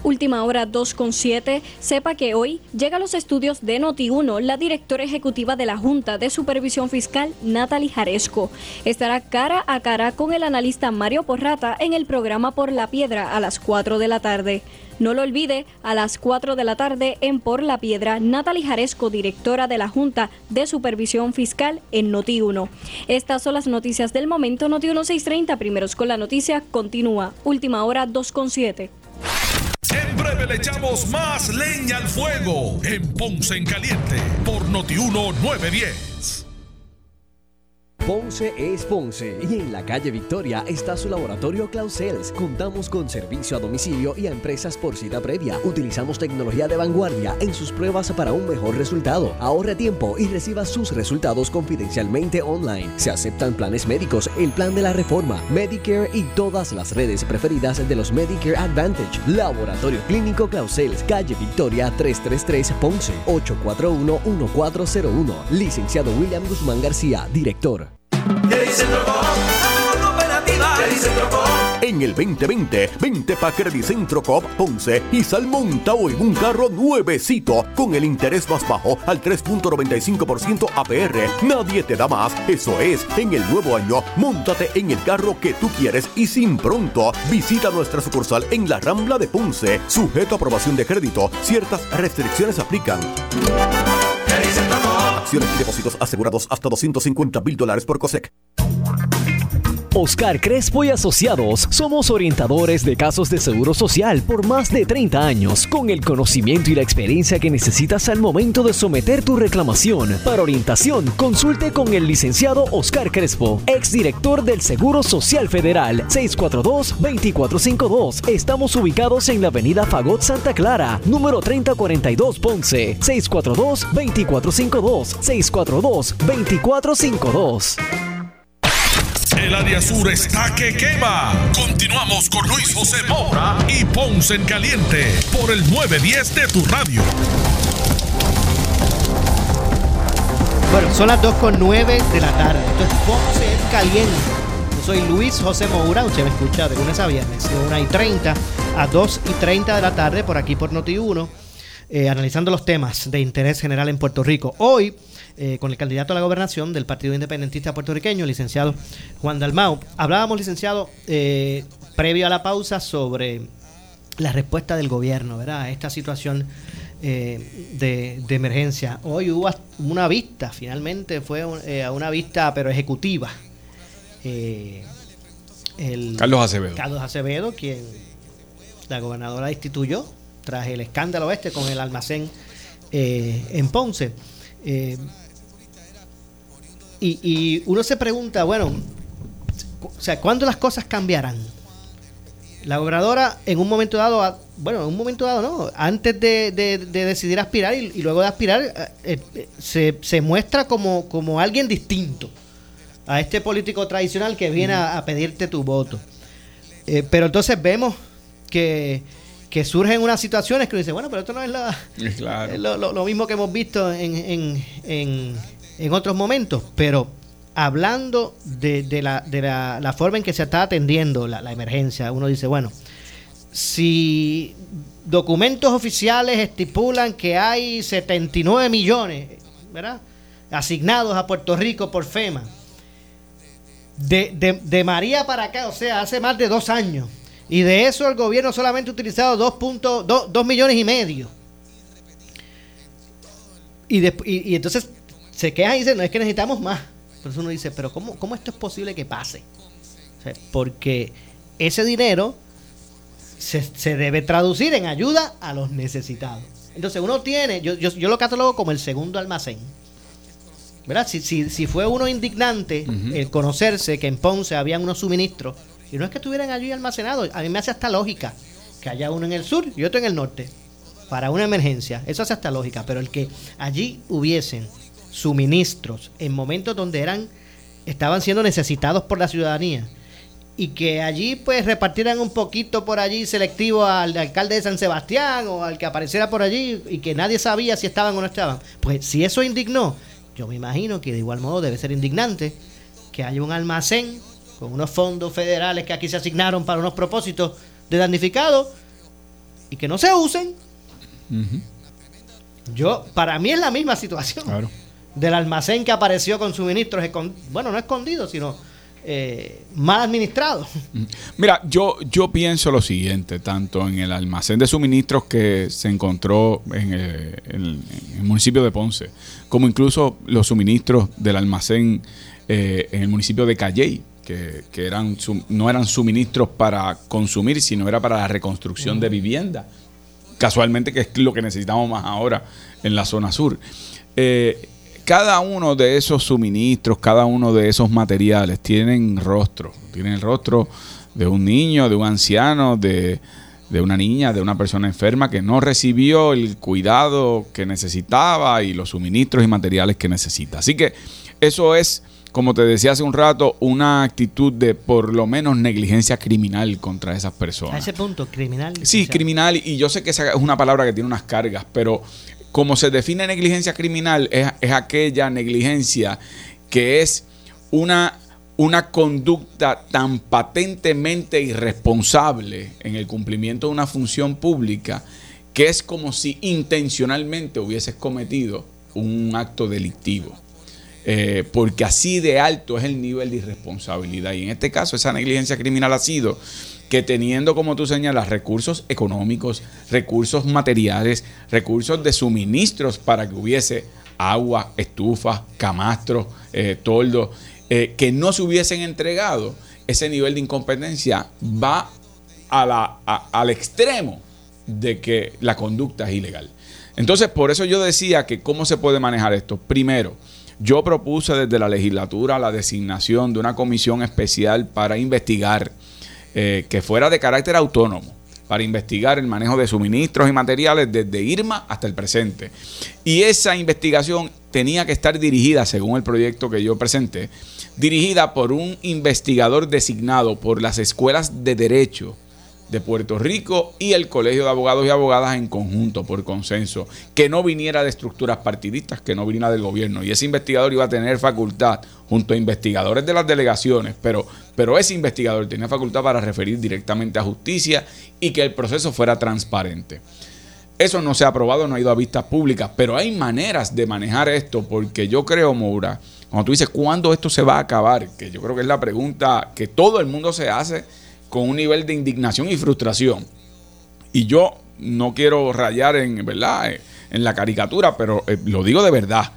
Última hora dos con siete. Sepa que hoy llega a los estudios de Noti uno la directora ejecutiva de la Junta de Supervisión Fiscal, Natalie Jaresco. Estará cara a cara con el analista Mario Porrata en el programa Por la Piedra a las cuatro de la tarde. No lo olvide, a las cuatro de la tarde en Por la Piedra, Natalie Jaresco, directora de la Junta de Supervisión Fiscal en Noti uno. Estas son las noticias del momento. Noti uno seiscientos treinta, primeros con la noticia, continúa. Última hora dos con siete. En breve le echamos más leña al fuego en Ponce en Caliente por Noti uno nueve diez. Ponce es Ponce y en la calle Victoria está su laboratorio Clausel's. Contamos con servicio a domicilio y a empresas por cita previa. Utilizamos tecnología de vanguardia en sus pruebas para un mejor resultado. Ahorre tiempo y reciba sus resultados confidencialmente online. Se aceptan planes médicos, el plan de la reforma, Medicare y todas las redes preferidas de los Medicare Advantage. Laboratorio Clínico Clausel's, calle Victoria trescientos treinta y tres, Ponce, ocho cuatro uno, uno cuatro cero uno. Licenciado William Guzmán García, director. En el veinte veinte, vente pa' Credicentro Coop Ponce y sal montado en un carro nuevecito con el interés más bajo al tres punto noventa y cinco por ciento A P R. Nadie te da más. Eso es, en el nuevo año, móntate en el carro que tú quieres y sin pronto. Visita nuestra sucursal en la Rambla de Ponce. Sujeto a aprobación de crédito. Ciertas restricciones aplican. Acciones y depósitos asegurados hasta doscientos cincuenta mil dólares por COSEC. Oscar Crespo y Asociados. Somos orientadores de casos de seguro social por más de treinta años, con el conocimiento y la experiencia que necesitas al momento de someter tu reclamación. Para orientación, consulte con el licenciado Oscar Crespo, exdirector del Seguro Social Federal, seis cuatro dos, dos cuatro cinco dos. Estamos ubicados en la avenida Fagot Santa Clara, número treinta cuarenta y dos, Ponce, seis cuatro dos, dos cuatro cinco dos, seis cuatro dos, dos cuatro cinco dos. El área sur está que quema. Continuamos con Luis José Moura y Ponce en Caliente por el nueve diez de tu radio. Bueno, son las dos con nueve de la tarde. Esto es Ponce en Caliente. Yo soy Luis José Moura. Usted me escucha de lunes a viernes, de una y treinta a dos y treinta de la tarde, por aquí por Noti uno, eh, analizando los temas de interés general en Puerto Rico. Hoy, Eh, con el candidato a la gobernación del Partido Independentista Puertorriqueño, el licenciado Juan Dalmau. Hablábamos, licenciado, eh, previo a la pausa sobre la respuesta del gobierno, ¿verdad?, a esta situación eh, de, de emergencia. Hoy hubo una vista, finalmente fue un, eh, una vista, pero ejecutiva. Eh, el Carlos Acevedo. Carlos Acevedo, quien la gobernadora instituyó tras el escándalo este con el almacén eh, en Ponce. Eh, Y, y uno se pregunta, bueno, o sea, ¿cuándo las cosas cambiarán? La gobernadora en un momento dado, bueno, en un momento dado no, antes de, de, de decidir aspirar y, y luego de aspirar, eh, eh, se, se muestra como, como alguien distinto a este político tradicional que viene a, a pedirte tu voto. Eh, pero entonces vemos que, que surgen unas situaciones que uno dice, bueno, pero esto no es, la, claro. es lo, lo, lo mismo que hemos visto en... en, en en otros momentos, pero hablando de, de, la, de la, la forma en que se está atendiendo la, la emergencia, uno dice, bueno, si documentos oficiales estipulan que hay setenta y nueve millones, ¿verdad?, asignados a Puerto Rico por FEMA, de, de, de María para acá, o sea, hace más de dos años, y de eso el gobierno solamente ha utilizado dos millones y medio, y, de, y, y entonces se quejan y dicen, no, es que necesitamos más. Por eso uno dice, pero ¿cómo, cómo esto es posible que pase? O sea, porque ese dinero se, se debe traducir en ayuda a los necesitados. Entonces uno tiene, yo, yo, yo lo catalogo como el segundo almacén, ¿verdad? Si, si, si fue uno indignante uh-huh. el conocerse que en Ponce habían unos suministros, y no es que estuvieran allí almacenados, a mí me hace hasta lógica que haya uno en el sur y otro en el norte, para una emergencia, eso hace hasta lógica, pero el que allí hubiesen suministros en momentos donde eran estaban siendo necesitados por la ciudadanía y que allí pues repartieran un poquito por allí selectivo al alcalde de San Sebastián o al que apareciera por allí y que nadie sabía si estaban o no estaban, pues si eso indignó, yo me imagino que de igual modo debe ser indignante que haya un almacén con unos fondos federales que aquí se asignaron para unos propósitos de damnificados y que no se usen. Uh-huh. Yo, para mí es la misma situación. Claro. Del almacén que apareció con suministros, escond- bueno, no escondidos, sino eh, mal administrados. Mira, yo, yo pienso lo siguiente, tanto en el almacén de suministros que se encontró en el, en el, en el municipio de Ponce, como incluso los suministros del almacén eh, en el municipio de Calley, que, que eran no eran suministros para consumir, sino era para la reconstrucción uh-huh. de vivienda. Casualmente, que es lo que necesitamos más ahora en la zona sur. Eh, cada uno de esos suministros, cada uno de esos materiales tienen rostro. Tienen el rostro de un niño, de un anciano, de, de una niña, de una persona enferma que no recibió el cuidado que necesitaba y los suministros y materiales que necesita. Así que eso es, como te decía hace un rato, una actitud de por lo menos negligencia criminal contra esas personas. A ese punto, criminal. Sí, criminal, y yo sé que esa es una palabra que tiene unas cargas, pero como se define negligencia criminal, es, es aquella negligencia que es una, una conducta tan patentemente irresponsable en el cumplimiento de una función pública que es como si intencionalmente hubieses cometido un acto delictivo. Eh, porque así de alto es el nivel de irresponsabilidad. Y en este caso esa negligencia criminal ha sido que teniendo, como tú señalas, recursos económicos, recursos materiales, recursos de suministros para que hubiese agua, estufas, camastros, eh, toldos, eh, que no se hubiesen entregado, ese nivel de incompetencia va a la, a, al extremo de que la conducta es ilegal. Entonces, por eso yo decía que cómo se puede manejar esto. Primero, yo propuse desde la legislatura la designación de una comisión especial para investigar, eh, que fuera de carácter autónomo, para investigar el manejo de suministros y materiales desde Irma hasta el presente. Y esa investigación tenía que estar dirigida, según el proyecto que yo presenté, dirigida por un investigador designado por las escuelas de Derecho de Puerto Rico y el Colegio de Abogados y Abogadas en conjunto, por consenso, que no viniera de estructuras partidistas, que no viniera del gobierno. Y ese investigador iba a tener facultad, junto a investigadores de las delegaciones, pero, pero ese investigador tenía facultad para referir directamente a justicia y que el proceso fuera transparente. Eso no se ha aprobado, no ha ido a vistas públicas, pero hay maneras de manejar esto, porque yo creo, Moura, cuando tú dices, ¿cuándo esto se va a acabar? Que yo creo que es la pregunta que todo el mundo se hace con un nivel de indignación y frustración. Y yo no quiero rayar en, ¿verdad?, en la caricatura, pero eh, lo digo de verdad.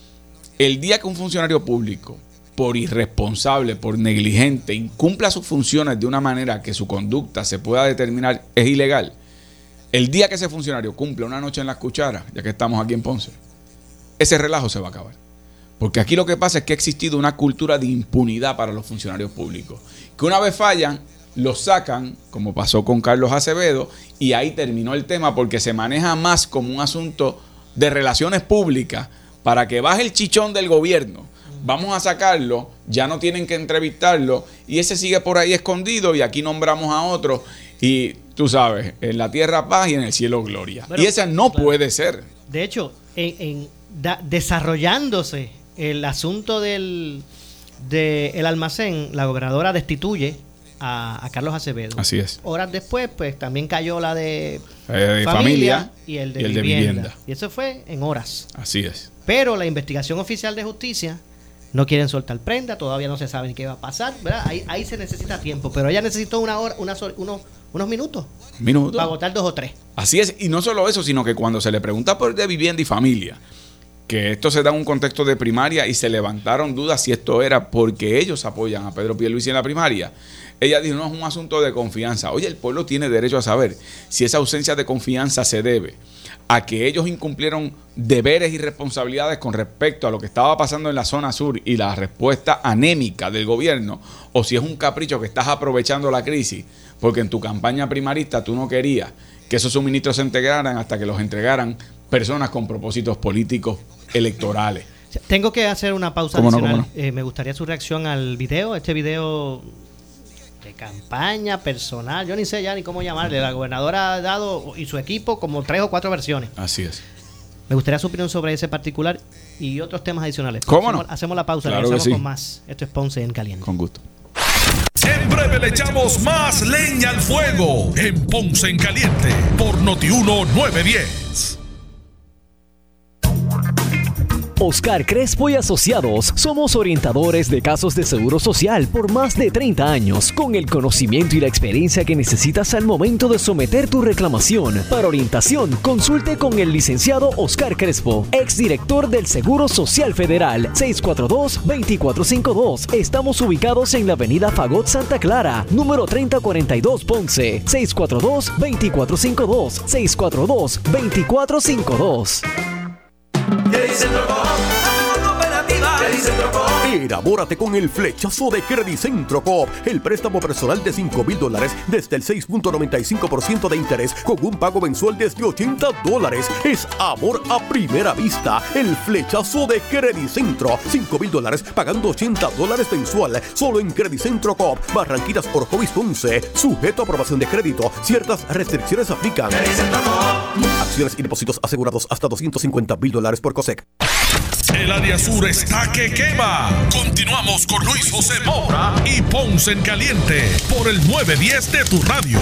El día que un funcionario público, por irresponsable, por negligente, incumpla sus funciones de una manera que su conducta se pueda determinar es ilegal, el día que ese funcionario cumple una noche en las cucharas, ya que estamos aquí en Ponce, ese relajo se va a acabar. Porque aquí lo que pasa es que ha existido una cultura de impunidad para los funcionarios públicos, que una vez fallan, los sacan, como pasó con Carlos Acevedo, y ahí terminó el tema, porque se maneja más como un asunto de relaciones públicas para que baje el chichón del gobierno. Vamos a sacarlo, ya no tienen que entrevistarlo, y ese sigue por ahí escondido, y aquí nombramos a otro, y tú sabes, en la tierra paz y en el cielo gloria. Pero, y esa no claro, puede ser. De hecho, en, en da, desarrollándose el asunto del de el almacén, la gobernadora destituye A, a Carlos Acevedo. Así es. Horas después, pues también cayó la de, eh, de familia, familia y el, de, y el vivienda. de vivienda. Y eso fue en horas. Así es. Pero la investigación oficial de justicia no quieren soltar prenda, todavía no se sabe ni qué va a pasar, ¿verdad? Ahí, ahí se necesita tiempo, pero ella necesitó una hora, una, unos, unos minutos. Minutos. Para votar dos o tres. Así es, y no solo eso, sino que cuando se le pregunta por el de vivienda y familia, que esto se da en un contexto de primaria y se levantaron dudas si esto era porque ellos apoyan a Pedro Pierluisi en la primaria. Ella dijo, no, es un asunto de confianza. Oye, el pueblo tiene derecho a saber si esa ausencia de confianza se debe a que ellos incumplieron deberes y responsabilidades con respecto a lo que estaba pasando en la zona sur y la respuesta anémica del gobierno, o si es un capricho que estás aprovechando la crisis porque en tu campaña primarista tú no querías que esos suministros se entregaran hasta que los entregaran personas con propósitos políticos electorales. Tengo que hacer una pausa adicional. No, no? Eh, me gustaría su reacción al video, este video de campaña personal, yo ni sé ya ni cómo llamarle. La gobernadora ha dado y su equipo como tres o cuatro versiones. Así es. Me gustaría su opinión sobre ese particular y otros temas adicionales. ¿Cómo hacemos, no? Hacemos la pausa, claro regresamos sí. con más. Esto es Ponce en Caliente. Con gusto. En breve le echamos más leña al fuego en Ponce en Caliente por Noti uno nueve diez. Oscar Crespo y Asociados somos orientadores de casos de seguro social por más de treinta años, con el conocimiento y la experiencia que necesitas al momento de someter tu reclamación. Para orientación, consulte con el licenciado Oscar Crespo, exdirector del Seguro Social Federal, seis cuatro dos, dos cuatro cinco dos. Estamos ubicados en la avenida Fagot Santa Clara, número treinta cuarenta y dos Ponce, seis cuatro dos, dos cuatro cinco dos, seis cuatro dos, dos cuatro cinco dos. ¿Qué dice Enamórate con el flechazo de Credicentro Coop, el préstamo personal de cinco mil dólares desde el seis punto noventa y cinco por ciento de interés con un pago mensual desde ochenta dólares. Es amor a primera vista. El flechazo de Credicentro, cinco mil dólares pagando ochenta dólares mensual, solo en Credicentro Coop, Barranquitas, Orocovis, Ponce. Sujeto a aprobación de crédito. Ciertas restricciones aplican. Acciones y depósitos asegurados hasta doscientos cincuenta mil dólares por COSEC. El área sur está que quema. Continuamos con Luis José Moura y Ponce en Caliente por el nueve diez de tu radio.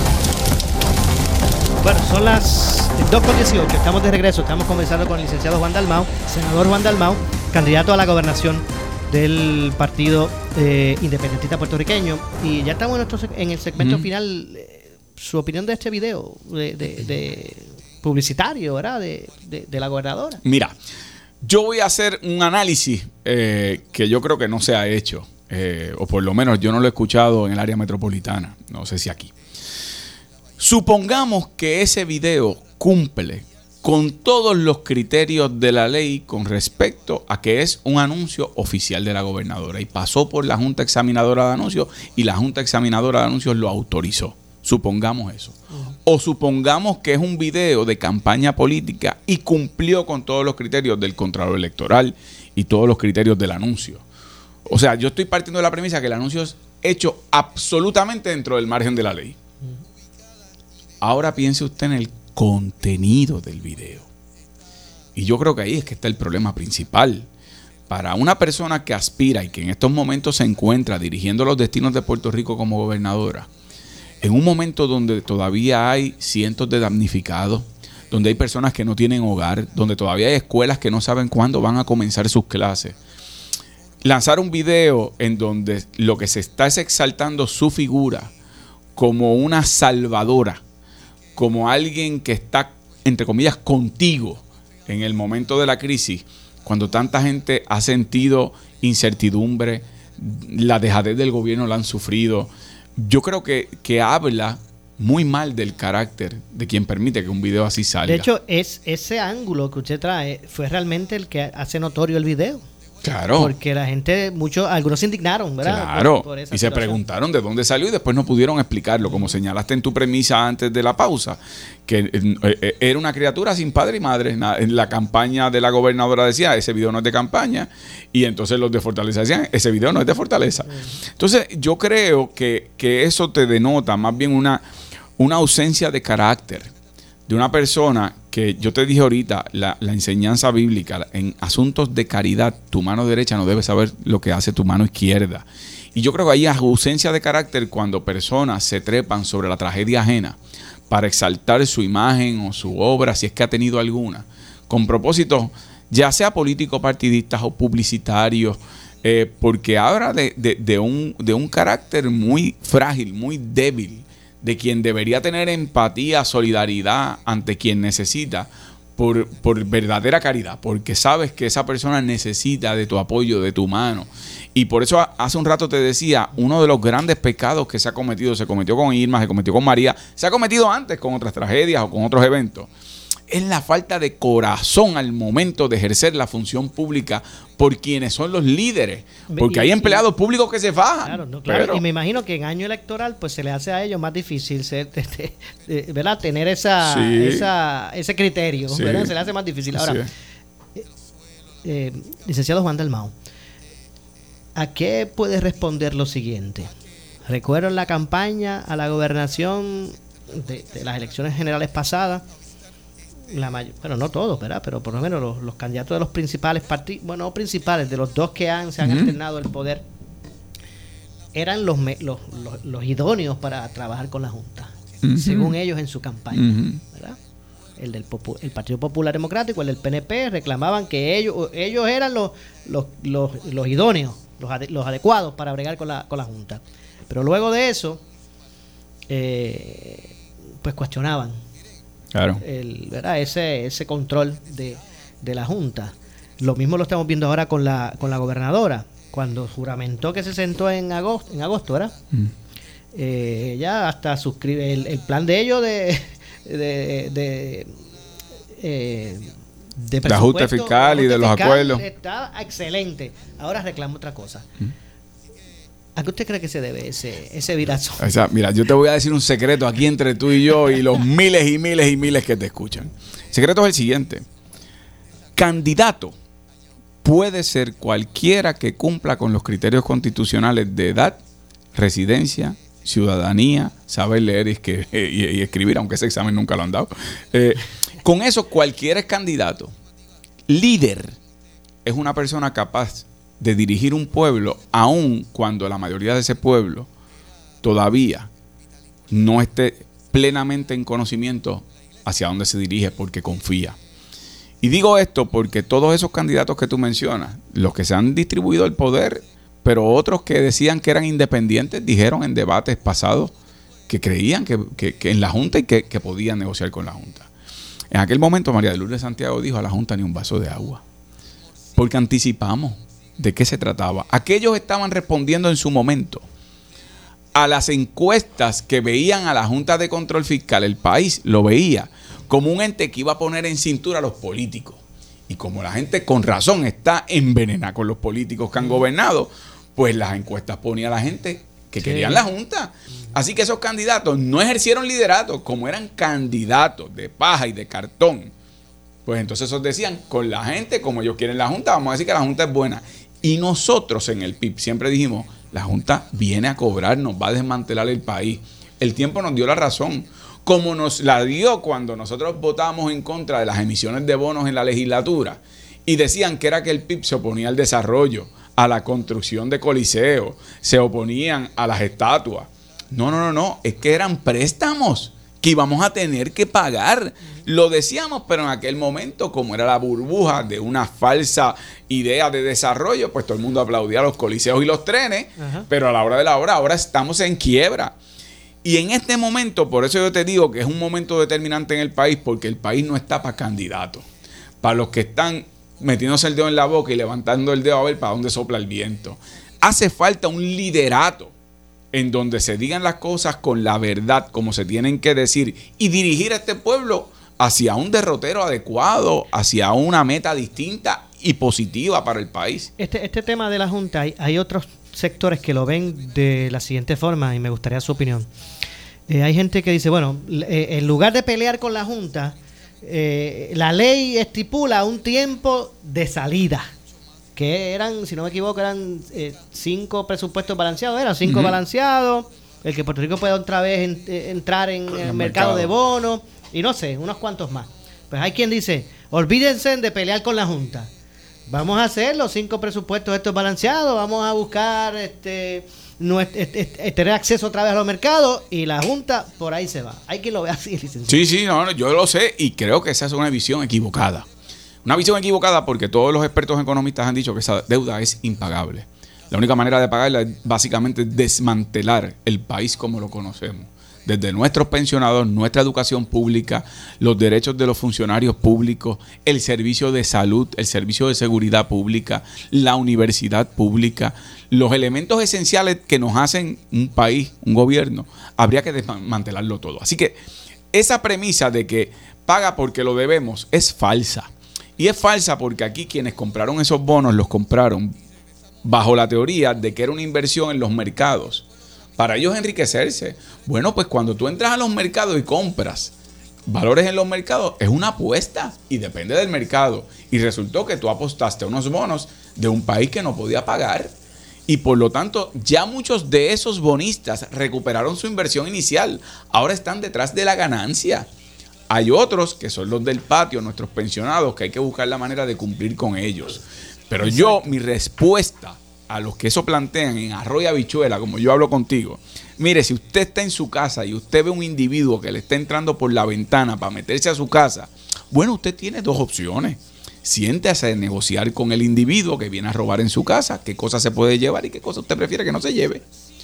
Bueno, son las dos con dieciocho. Estamos de regreso. Estamos conversando con el licenciado Juan Dalmau, senador Juan Dalmau, candidato a la gobernación del Partido eh, Independentista Puertorriqueño. Y ya estamos en, nuestro, en el segmento mm. final. Eh, su opinión de este video de, de, de publicitario, ¿verdad? De, de, de la gobernadora. Mira, yo voy a hacer un análisis eh, que yo creo que no se ha hecho, eh, o por lo menos yo no lo he escuchado en el área metropolitana, no sé si aquí. Supongamos que ese video cumple con todos los criterios de la ley con respecto a que es un anuncio oficial de la gobernadora y pasó por la Junta Examinadora de Anuncios y la Junta Examinadora de Anuncios lo autorizó. Supongamos eso. O supongamos que es un video de campaña política y cumplió con todos los criterios del Contralor Electoral y todos los criterios del anuncio. O sea, yo estoy partiendo de la premisa que el anuncio es hecho absolutamente dentro del margen de la ley. Ahora piense usted en el contenido del video. Y yo creo que ahí es que está el problema principal. Para una persona que aspira y que en estos momentos se encuentra dirigiendo los destinos de Puerto Rico como gobernadora, en un momento donde todavía hay cientos de damnificados, donde hay personas que no tienen hogar, donde todavía hay escuelas que no saben cuándo van a comenzar sus clases, lanzar un video en donde lo que se está es exaltando su figura como una salvadora, como alguien que está, entre comillas, contigo en el momento de la crisis, cuando tanta gente ha sentido incertidumbre, la dejadez del gobierno la han sufrido. Yo creo que, que habla muy mal del carácter de quien permite que un video así salga. De hecho, es ese ángulo que usted trae fue realmente el que hace notorio el video. Claro. Porque la gente, muchos, algunos se indignaron, ¿verdad? Claro. Por, por esa y se situación. preguntaron de dónde salió y después no pudieron explicarlo. Como señalaste en tu premisa antes de la pausa, que eh, era una criatura sin padre y madre. En la campaña de la gobernadora decía, ese video no es de campaña. Y entonces los de Fortaleza decían, ese video no es de Fortaleza. Entonces yo creo que, que eso te denota más bien una, una ausencia de carácter de una persona que yo te dije ahorita, la, la enseñanza bíblica, en asuntos de caridad, tu mano derecha no debe saber lo que hace tu mano izquierda. Y yo creo que hay ausencia de carácter cuando personas se trepan sobre la tragedia ajena para exaltar su imagen o su obra, si es que ha tenido alguna, con propósitos, ya sea políticos, partidistas o publicitarios, eh, porque habla de, de, de, un, de un carácter muy frágil, muy débil, de quien debería tener empatía, solidaridad ante quien necesita por, por verdadera caridad, porque sabes que esa persona necesita de tu apoyo, de tu mano. Y por eso hace un rato te decía, uno de los grandes pecados que se ha cometido, se cometió con Irma, se cometió con María, se ha cometido antes con otras tragedias o con otros eventos, es la falta de corazón al momento de ejercer la función pública por quienes son los líderes. Porque y, hay empleados y, públicos que se fajan. Claro, no, claro. Pero, y me imagino que en año electoral pues se le hace a ellos más difícil ser, de, de, de, ¿verdad? tener esa, sí. esa ese criterio. Sí. ¿verdad? Se le hace más difícil. Ahora, sí. eh, eh, licenciado Juan Dalmau, ¿a qué puede responder lo siguiente? Recuerdo en la campaña a la gobernación de, de las elecciones generales pasadas, la mayor, bueno, no todos, ¿verdad? Pero por lo menos los, los candidatos de los principales partidos, bueno, no principales, de los dos que han, se han uh-huh. alternado el poder, eran los, me, los, los, los idóneos para trabajar con la Junta, Uh-huh. según ellos en su campaña, Uh-huh. ¿verdad? El del Popu- el Partido Popular Democrático, el del P N P, reclamaban que ellos ellos eran los los, los, los idóneos, los, ade- los adecuados para bregar con la, con la Junta. Pero luego de eso, eh, pues cuestionaban Claro. el, ¿verdad? ese ese control de, de la Junta. Lo mismo lo estamos viendo ahora con la con la gobernadora, cuando juramentó que se sentó en agosto, en agosto, ¿verdad? Mm. Eh, ella hasta suscribe el, el plan de ellos de de, de, eh, de De ajuste presupuesto, fiscal y de los fiscal, acuerdos. está excelente. Ahora reclama otra cosa. Mm. ¿A qué usted cree que se debe ese ese virazo? O sea, mira, yo te voy a decir un secreto aquí entre tú y yo y los miles y miles y miles que te escuchan. El secreto es el siguiente. Candidato puede ser cualquiera que cumpla con los criterios constitucionales de edad, residencia, ciudadanía, saber leer y, escribir, y, y escribir, aunque ese examen nunca lo han dado. Eh, con eso cualquiera es candidato. Líder es una persona capaz de dirigir un pueblo, aun cuando la mayoría de ese pueblo todavía no esté plenamente en conocimiento hacia dónde se dirige, porque confía. Y digo esto porque todos esos candidatos que tú mencionas, los que se han distribuido el poder, pero otros que decían que eran independientes, dijeron en debates pasados que creían que, que, que en la Junta y que, que podían negociar con la Junta. En aquel momento María de Lourdes Santiago dijo: a la Junta ni un vaso de agua, porque anticipamos de qué se trataba. Aquellos estaban respondiendo en su momento a las encuestas que veían a la Junta de Control Fiscal. El país lo veía como un ente que iba a poner en cintura a los políticos. Y como la gente con razón está envenenada con los políticos que han gobernado, pues las encuestas ponían a la gente que Sí. querían la Junta. Así que esos candidatos no ejercieron liderato, como eran candidatos de paja y de cartón. Pues entonces esos decían, con la gente, como ellos quieren la Junta, vamos a decir que la Junta es buena. Y nosotros en el P I B siempre dijimos, la Junta viene a cobrar, nos va a desmantelar el país. El tiempo nos dio la razón, como nos la dio cuando nosotros votábamos en contra de las emisiones de bonos en la legislatura y decían que era que el P I B se oponía al desarrollo, a la construcción de coliseos, se oponían a las estatuas. No, no, no, no, es que eran préstamos que íbamos a tener que pagar. Lo decíamos, pero en aquel momento, como era la burbuja de una falsa idea de desarrollo, pues todo el mundo aplaudía los coliseos y los trenes. Ajá. Pero a la hora de la hora, ahora estamos en quiebra. Y en este momento, por eso yo te digo que es un momento determinante en el país, porque el país no está para candidatos. Para los que están metiéndose el dedo en la boca y levantando el dedo a ver para dónde sopla el viento. Hace falta un liderato en donde se digan las cosas con la verdad, como se tienen que decir, y dirigir a este pueblo hacia un derrotero adecuado, hacia una meta distinta y positiva para el país. Este, este tema de la Junta, hay, hay otros sectores que lo ven de la siguiente forma y me gustaría su opinión. Eh, hay gente que dice, bueno, eh, en lugar de pelear con la Junta, eh, la ley estipula un tiempo de salida, que eran, si no me equivoco, eran eh, cinco presupuestos balanceados, eran cinco uh-huh. balanceados, el que Puerto Rico pueda otra vez en, eh, entrar en el mercado, mercado de bonos, y no sé, unos cuantos más. Pues hay quien dice, olvídense de pelear con la Junta, vamos a hacer los cinco presupuestos estos balanceados, vamos a buscar este, no, este, este, tener acceso otra vez a los mercados, y la Junta por ahí se va. Hay quien lo ve así, licenciado. Sí, sí, no, yo lo sé, y creo que esa es una visión equivocada. Una visión equivocada porque todos los expertos economistas han dicho que esa deuda es impagable. La única manera de pagarla es básicamente desmantelar el país como lo conocemos. Desde nuestros pensionados, nuestra educación pública, los derechos de los funcionarios públicos, el servicio de salud, el servicio de seguridad pública, la universidad pública, los elementos esenciales que nos hacen un país, un gobierno, habría que desmantelarlo todo. Así que esa premisa de que paga porque lo debemos es falsa. Y es falsa porque aquí quienes compraron esos bonos los compraron bajo la teoría de que era una inversión en los mercados, para ellos enriquecerse. Bueno, pues cuando tú entras a los mercados y compras valores en los mercados, es una apuesta y depende del mercado. Y resultó que tú apostaste a unos bonos de un país que no podía pagar. Y por lo tanto, ya muchos de esos bonistas recuperaron su inversión inicial. Ahora están detrás de la ganancia. Hay otros que son los del patio, nuestros pensionados, que hay que buscar la manera de cumplir con ellos. Pero yo, mi respuesta a los que eso plantean en arroz y habichuela, como yo hablo contigo, mire, si usted está en su casa y usted ve un individuo que le está entrando por la ventana para meterse a su casa, bueno, usted tiene dos opciones. Siéntese a negociar con el individuo que viene a robar en su casa, qué cosa se puede llevar y qué cosa usted prefiere que no se lleve.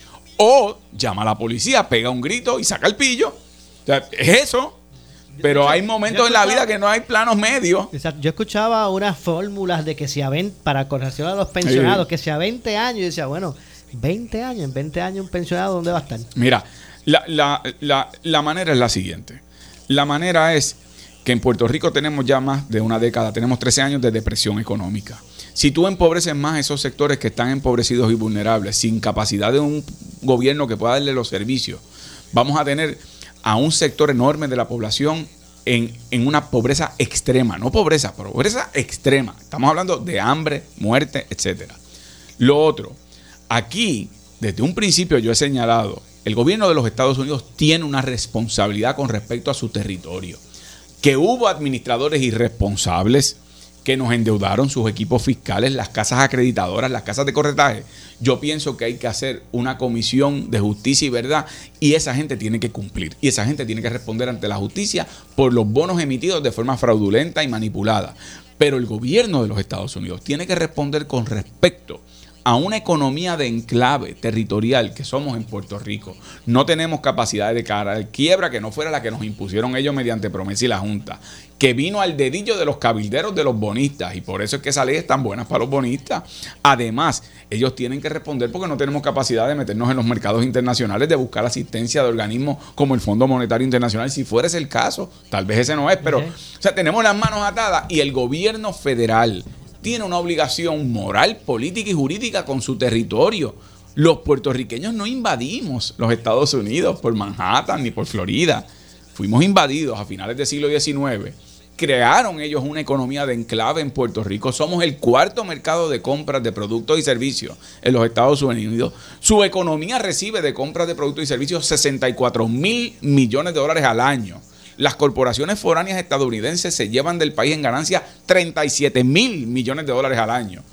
O llama a la policía, pega un grito y saca el pillo. O sea, es eso. Pero hay momentos en la vida que no hay planos medios. Exacto. Yo escuchaba unas fórmulas de que si a veinte, para con relación a los pensionados, sí, que si a veinte años, y decía, bueno, veinte años, en veinte años un pensionado, ¿dónde va a estar? Mira, la, la, la, la manera es la siguiente. La manera es que en Puerto Rico tenemos ya más de una década, tenemos trece años de depresión económica. Si tú empobreces más esos sectores que están empobrecidos y vulnerables, sin capacidad de un gobierno que pueda darle los servicios, vamos a tener a un sector enorme de la población en, en una pobreza extrema. No pobreza, pobreza extrema. Estamos hablando de hambre, muerte, etcétera. Lo otro, aquí, desde un principio yo he señalado, el gobierno de los Estados Unidos tiene una responsabilidad con respecto a su territorio. Que hubo administradores irresponsables que nos endeudaron sus equipos fiscales, las casas acreditadoras, las casas de corretaje. Yo pienso que hay que hacer una comisión de justicia y verdad y esa gente tiene que cumplir. Y esa gente tiene que responder ante la justicia por los bonos emitidos de forma fraudulenta y manipulada. Pero el gobierno de los Estados Unidos tiene que responder con respecto a una economía de enclave territorial que somos en Puerto Rico. No tenemos capacidad de declarar quiebra que no fuera la que nos impusieron ellos mediante promesa y la Junta, que vino al dedillo de los cabilderos de los bonistas, y por eso es que esa ley es tan buena para los bonistas. Además, ellos tienen que responder porque no tenemos capacidad de meternos en los mercados internacionales, de buscar asistencia de organismos como el Fondo Monetario Internacional, si fuera ese el caso. Tal vez ese no es, pero, okay. O sea, tenemos las manos atadas y el gobierno federal tiene una obligación moral, política y jurídica con su territorio. Los puertorriqueños no invadimos los Estados Unidos por Manhattan ni por Florida. Fuimos invadidos a finales del siglo diecinueve. Crearon ellos una economía de enclave en Puerto Rico. Somos el cuarto mercado de compras de productos y servicios en los Estados Unidos. Su economía recibe de compras de productos y servicios sesenta y cuatro mil millones de dólares al año. Las corporaciones foráneas estadounidenses se llevan del país en ganancia treinta y siete mil millones de dólares al año.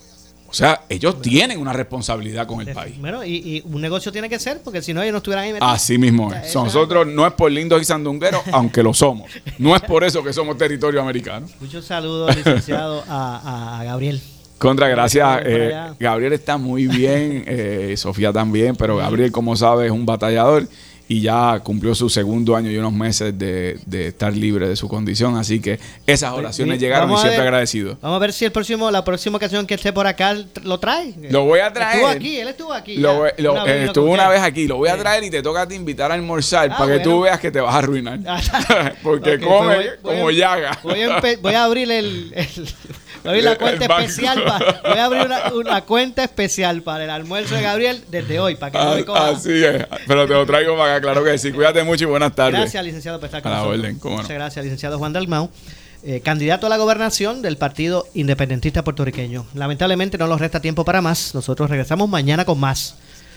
O sea, ellos bueno, tienen una responsabilidad con el país. Bueno, y, y un negocio tiene que ser, porque si no, ellos no estuvieran ahí metidos. Así mismo es. Nosotros no es por lindos y sandungueros, aunque lo somos. No es por eso que somos territorio americano. Muchos saludos, licenciado, a, a Gabriel. Contra, gracias. Eh, Gabriel está muy bien, eh, Sofía también, pero Gabriel, como sabes, es un batallador. Y ya cumplió su segundo año y unos meses de, de estar libre de su condición. Así que esas oraciones sí, llegaron y siempre ver, agradecido. Vamos a ver si el próximo, la próxima ocasión que esté por acá lo trae. Lo voy a traer. Estuvo aquí, él estuvo aquí. Lo, lo, una eh, estuvo una vez aquí. Lo voy a traer y te toca a ti invitar a almorzar ah, para bueno. que tú veas que te vas a arruinar. Porque okay, come pues voy, como voy, llaga. Voy a, voy a abrir el... el Voy a abrir la cuenta especial para, voy a abrir una, una cuenta especial para el almuerzo de Gabriel desde hoy, para que no me coja. Así es, pero te lo traigo para acá, claro que sí. Cuídate mucho y buenas tardes. Gracias, licenciado, por estar con a nosotros. La orden, ¿cómo no? Muchas gracias, licenciado Juan Dalmau, eh, candidato a la gobernación del Partido Independentista Puertorriqueño. Lamentablemente no nos resta tiempo para más. Nosotros regresamos mañana con más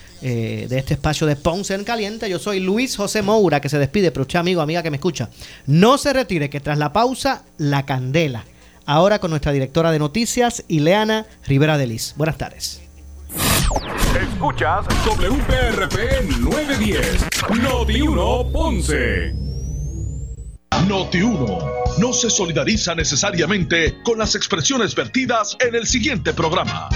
eh, de este espacio de Ponce en Caliente. Yo soy Luis José Moura, que se despide, pero usted, amigo, amiga que me escucha, no se retire, que tras la pausa, la candela. Ahora con nuestra directora de noticias, Ileana Rivera de Lis. Buenas tardes. Escuchas W P R P nueve diez, Noti uno Ponce. Noti uno no se solidariza necesariamente con las expresiones vertidas en el siguiente programa.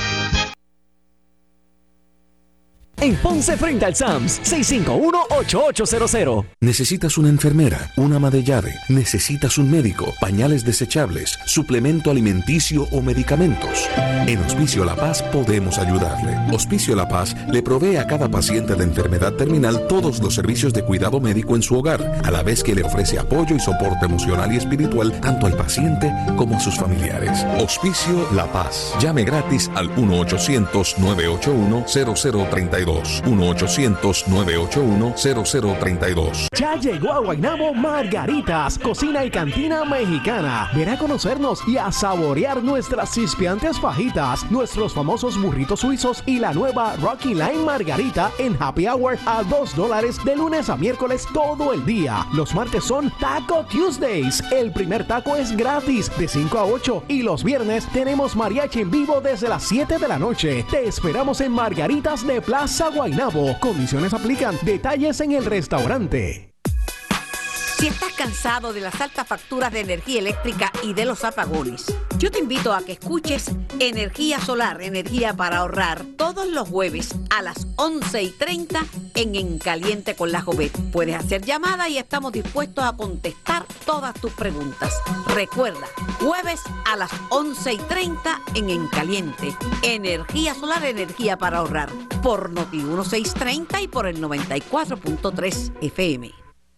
En Ponce frente al Sams, seis cinco uno, ocho ocho cero cero. ¿Necesitas una enfermera, un ama de llave? ¿Necesitas un médico, pañales desechables, suplemento alimenticio o medicamentos? En Hospicio La Paz podemos ayudarle. Hospicio La Paz le provee a cada paciente de enfermedad terminal todos los servicios de cuidado médico en su hogar, a la vez que le ofrece apoyo y soporte emocional y espiritual tanto al paciente como a sus familiares. Hospicio La Paz. Llame gratis al uno ochocientos, nueve ocho uno, cero cero tres dos. dos. uno ochocientos, nueve ocho uno, cero cero tres dos. Ya llegó a Guaynabo Margaritas, cocina y cantina mexicana. Ven a conocernos y a saborear nuestras chispeantes fajitas, nuestros famosos burritos suizos y la nueva Rocky Line Margarita en Happy Hour a dos dólares de lunes a miércoles todo el día. Los martes son Taco Tuesdays. El primer taco es gratis de cinco a ocho y los viernes tenemos mariachi en vivo desde las siete de la noche. Te esperamos en Margaritas de Plaza Guaynabo. Condiciones aplican. Detalles en el restaurante. Si estás cansado de las altas facturas de energía eléctrica y de los apagones, yo te invito a que escuches Energía Solar, Energía para Ahorrar, todos los jueves a las once y treinta en En Caliente con la Jovet. Puedes hacer llamada y estamos dispuestos a contestar todas tus preguntas. Recuerda, jueves a las once y treinta en En Caliente. Energía Solar, Energía para Ahorrar, por Noti dieciséis treinta y por el noventa y cuatro punto tres F M.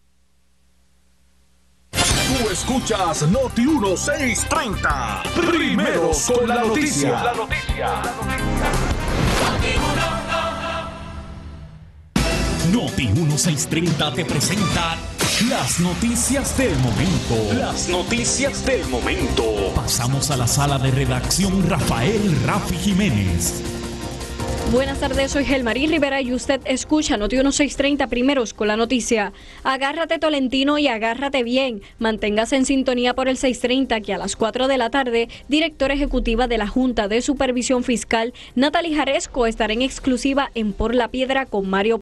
Tú escuchas Noti dieciséis treinta. Primeros con la noticia. La noticia. Noti dieciséis treinta te presenta las noticias del momento. Las noticias del momento. Pasamos a la sala de redacción. Rafael Rafi Jiménez. Buenas tardes, soy Gelmarí Rivera y usted escucha Noti dieciséis treinta primeros con la noticia. Agárrate, Tolentino, y agárrate bien. Manténgase en sintonía por el seiscientos treinta, que a las cuatro de la tarde, directora ejecutiva de la Junta de Supervisión Fiscal, Natalie Jaresco, estará en exclusiva en Por la Piedra con Mario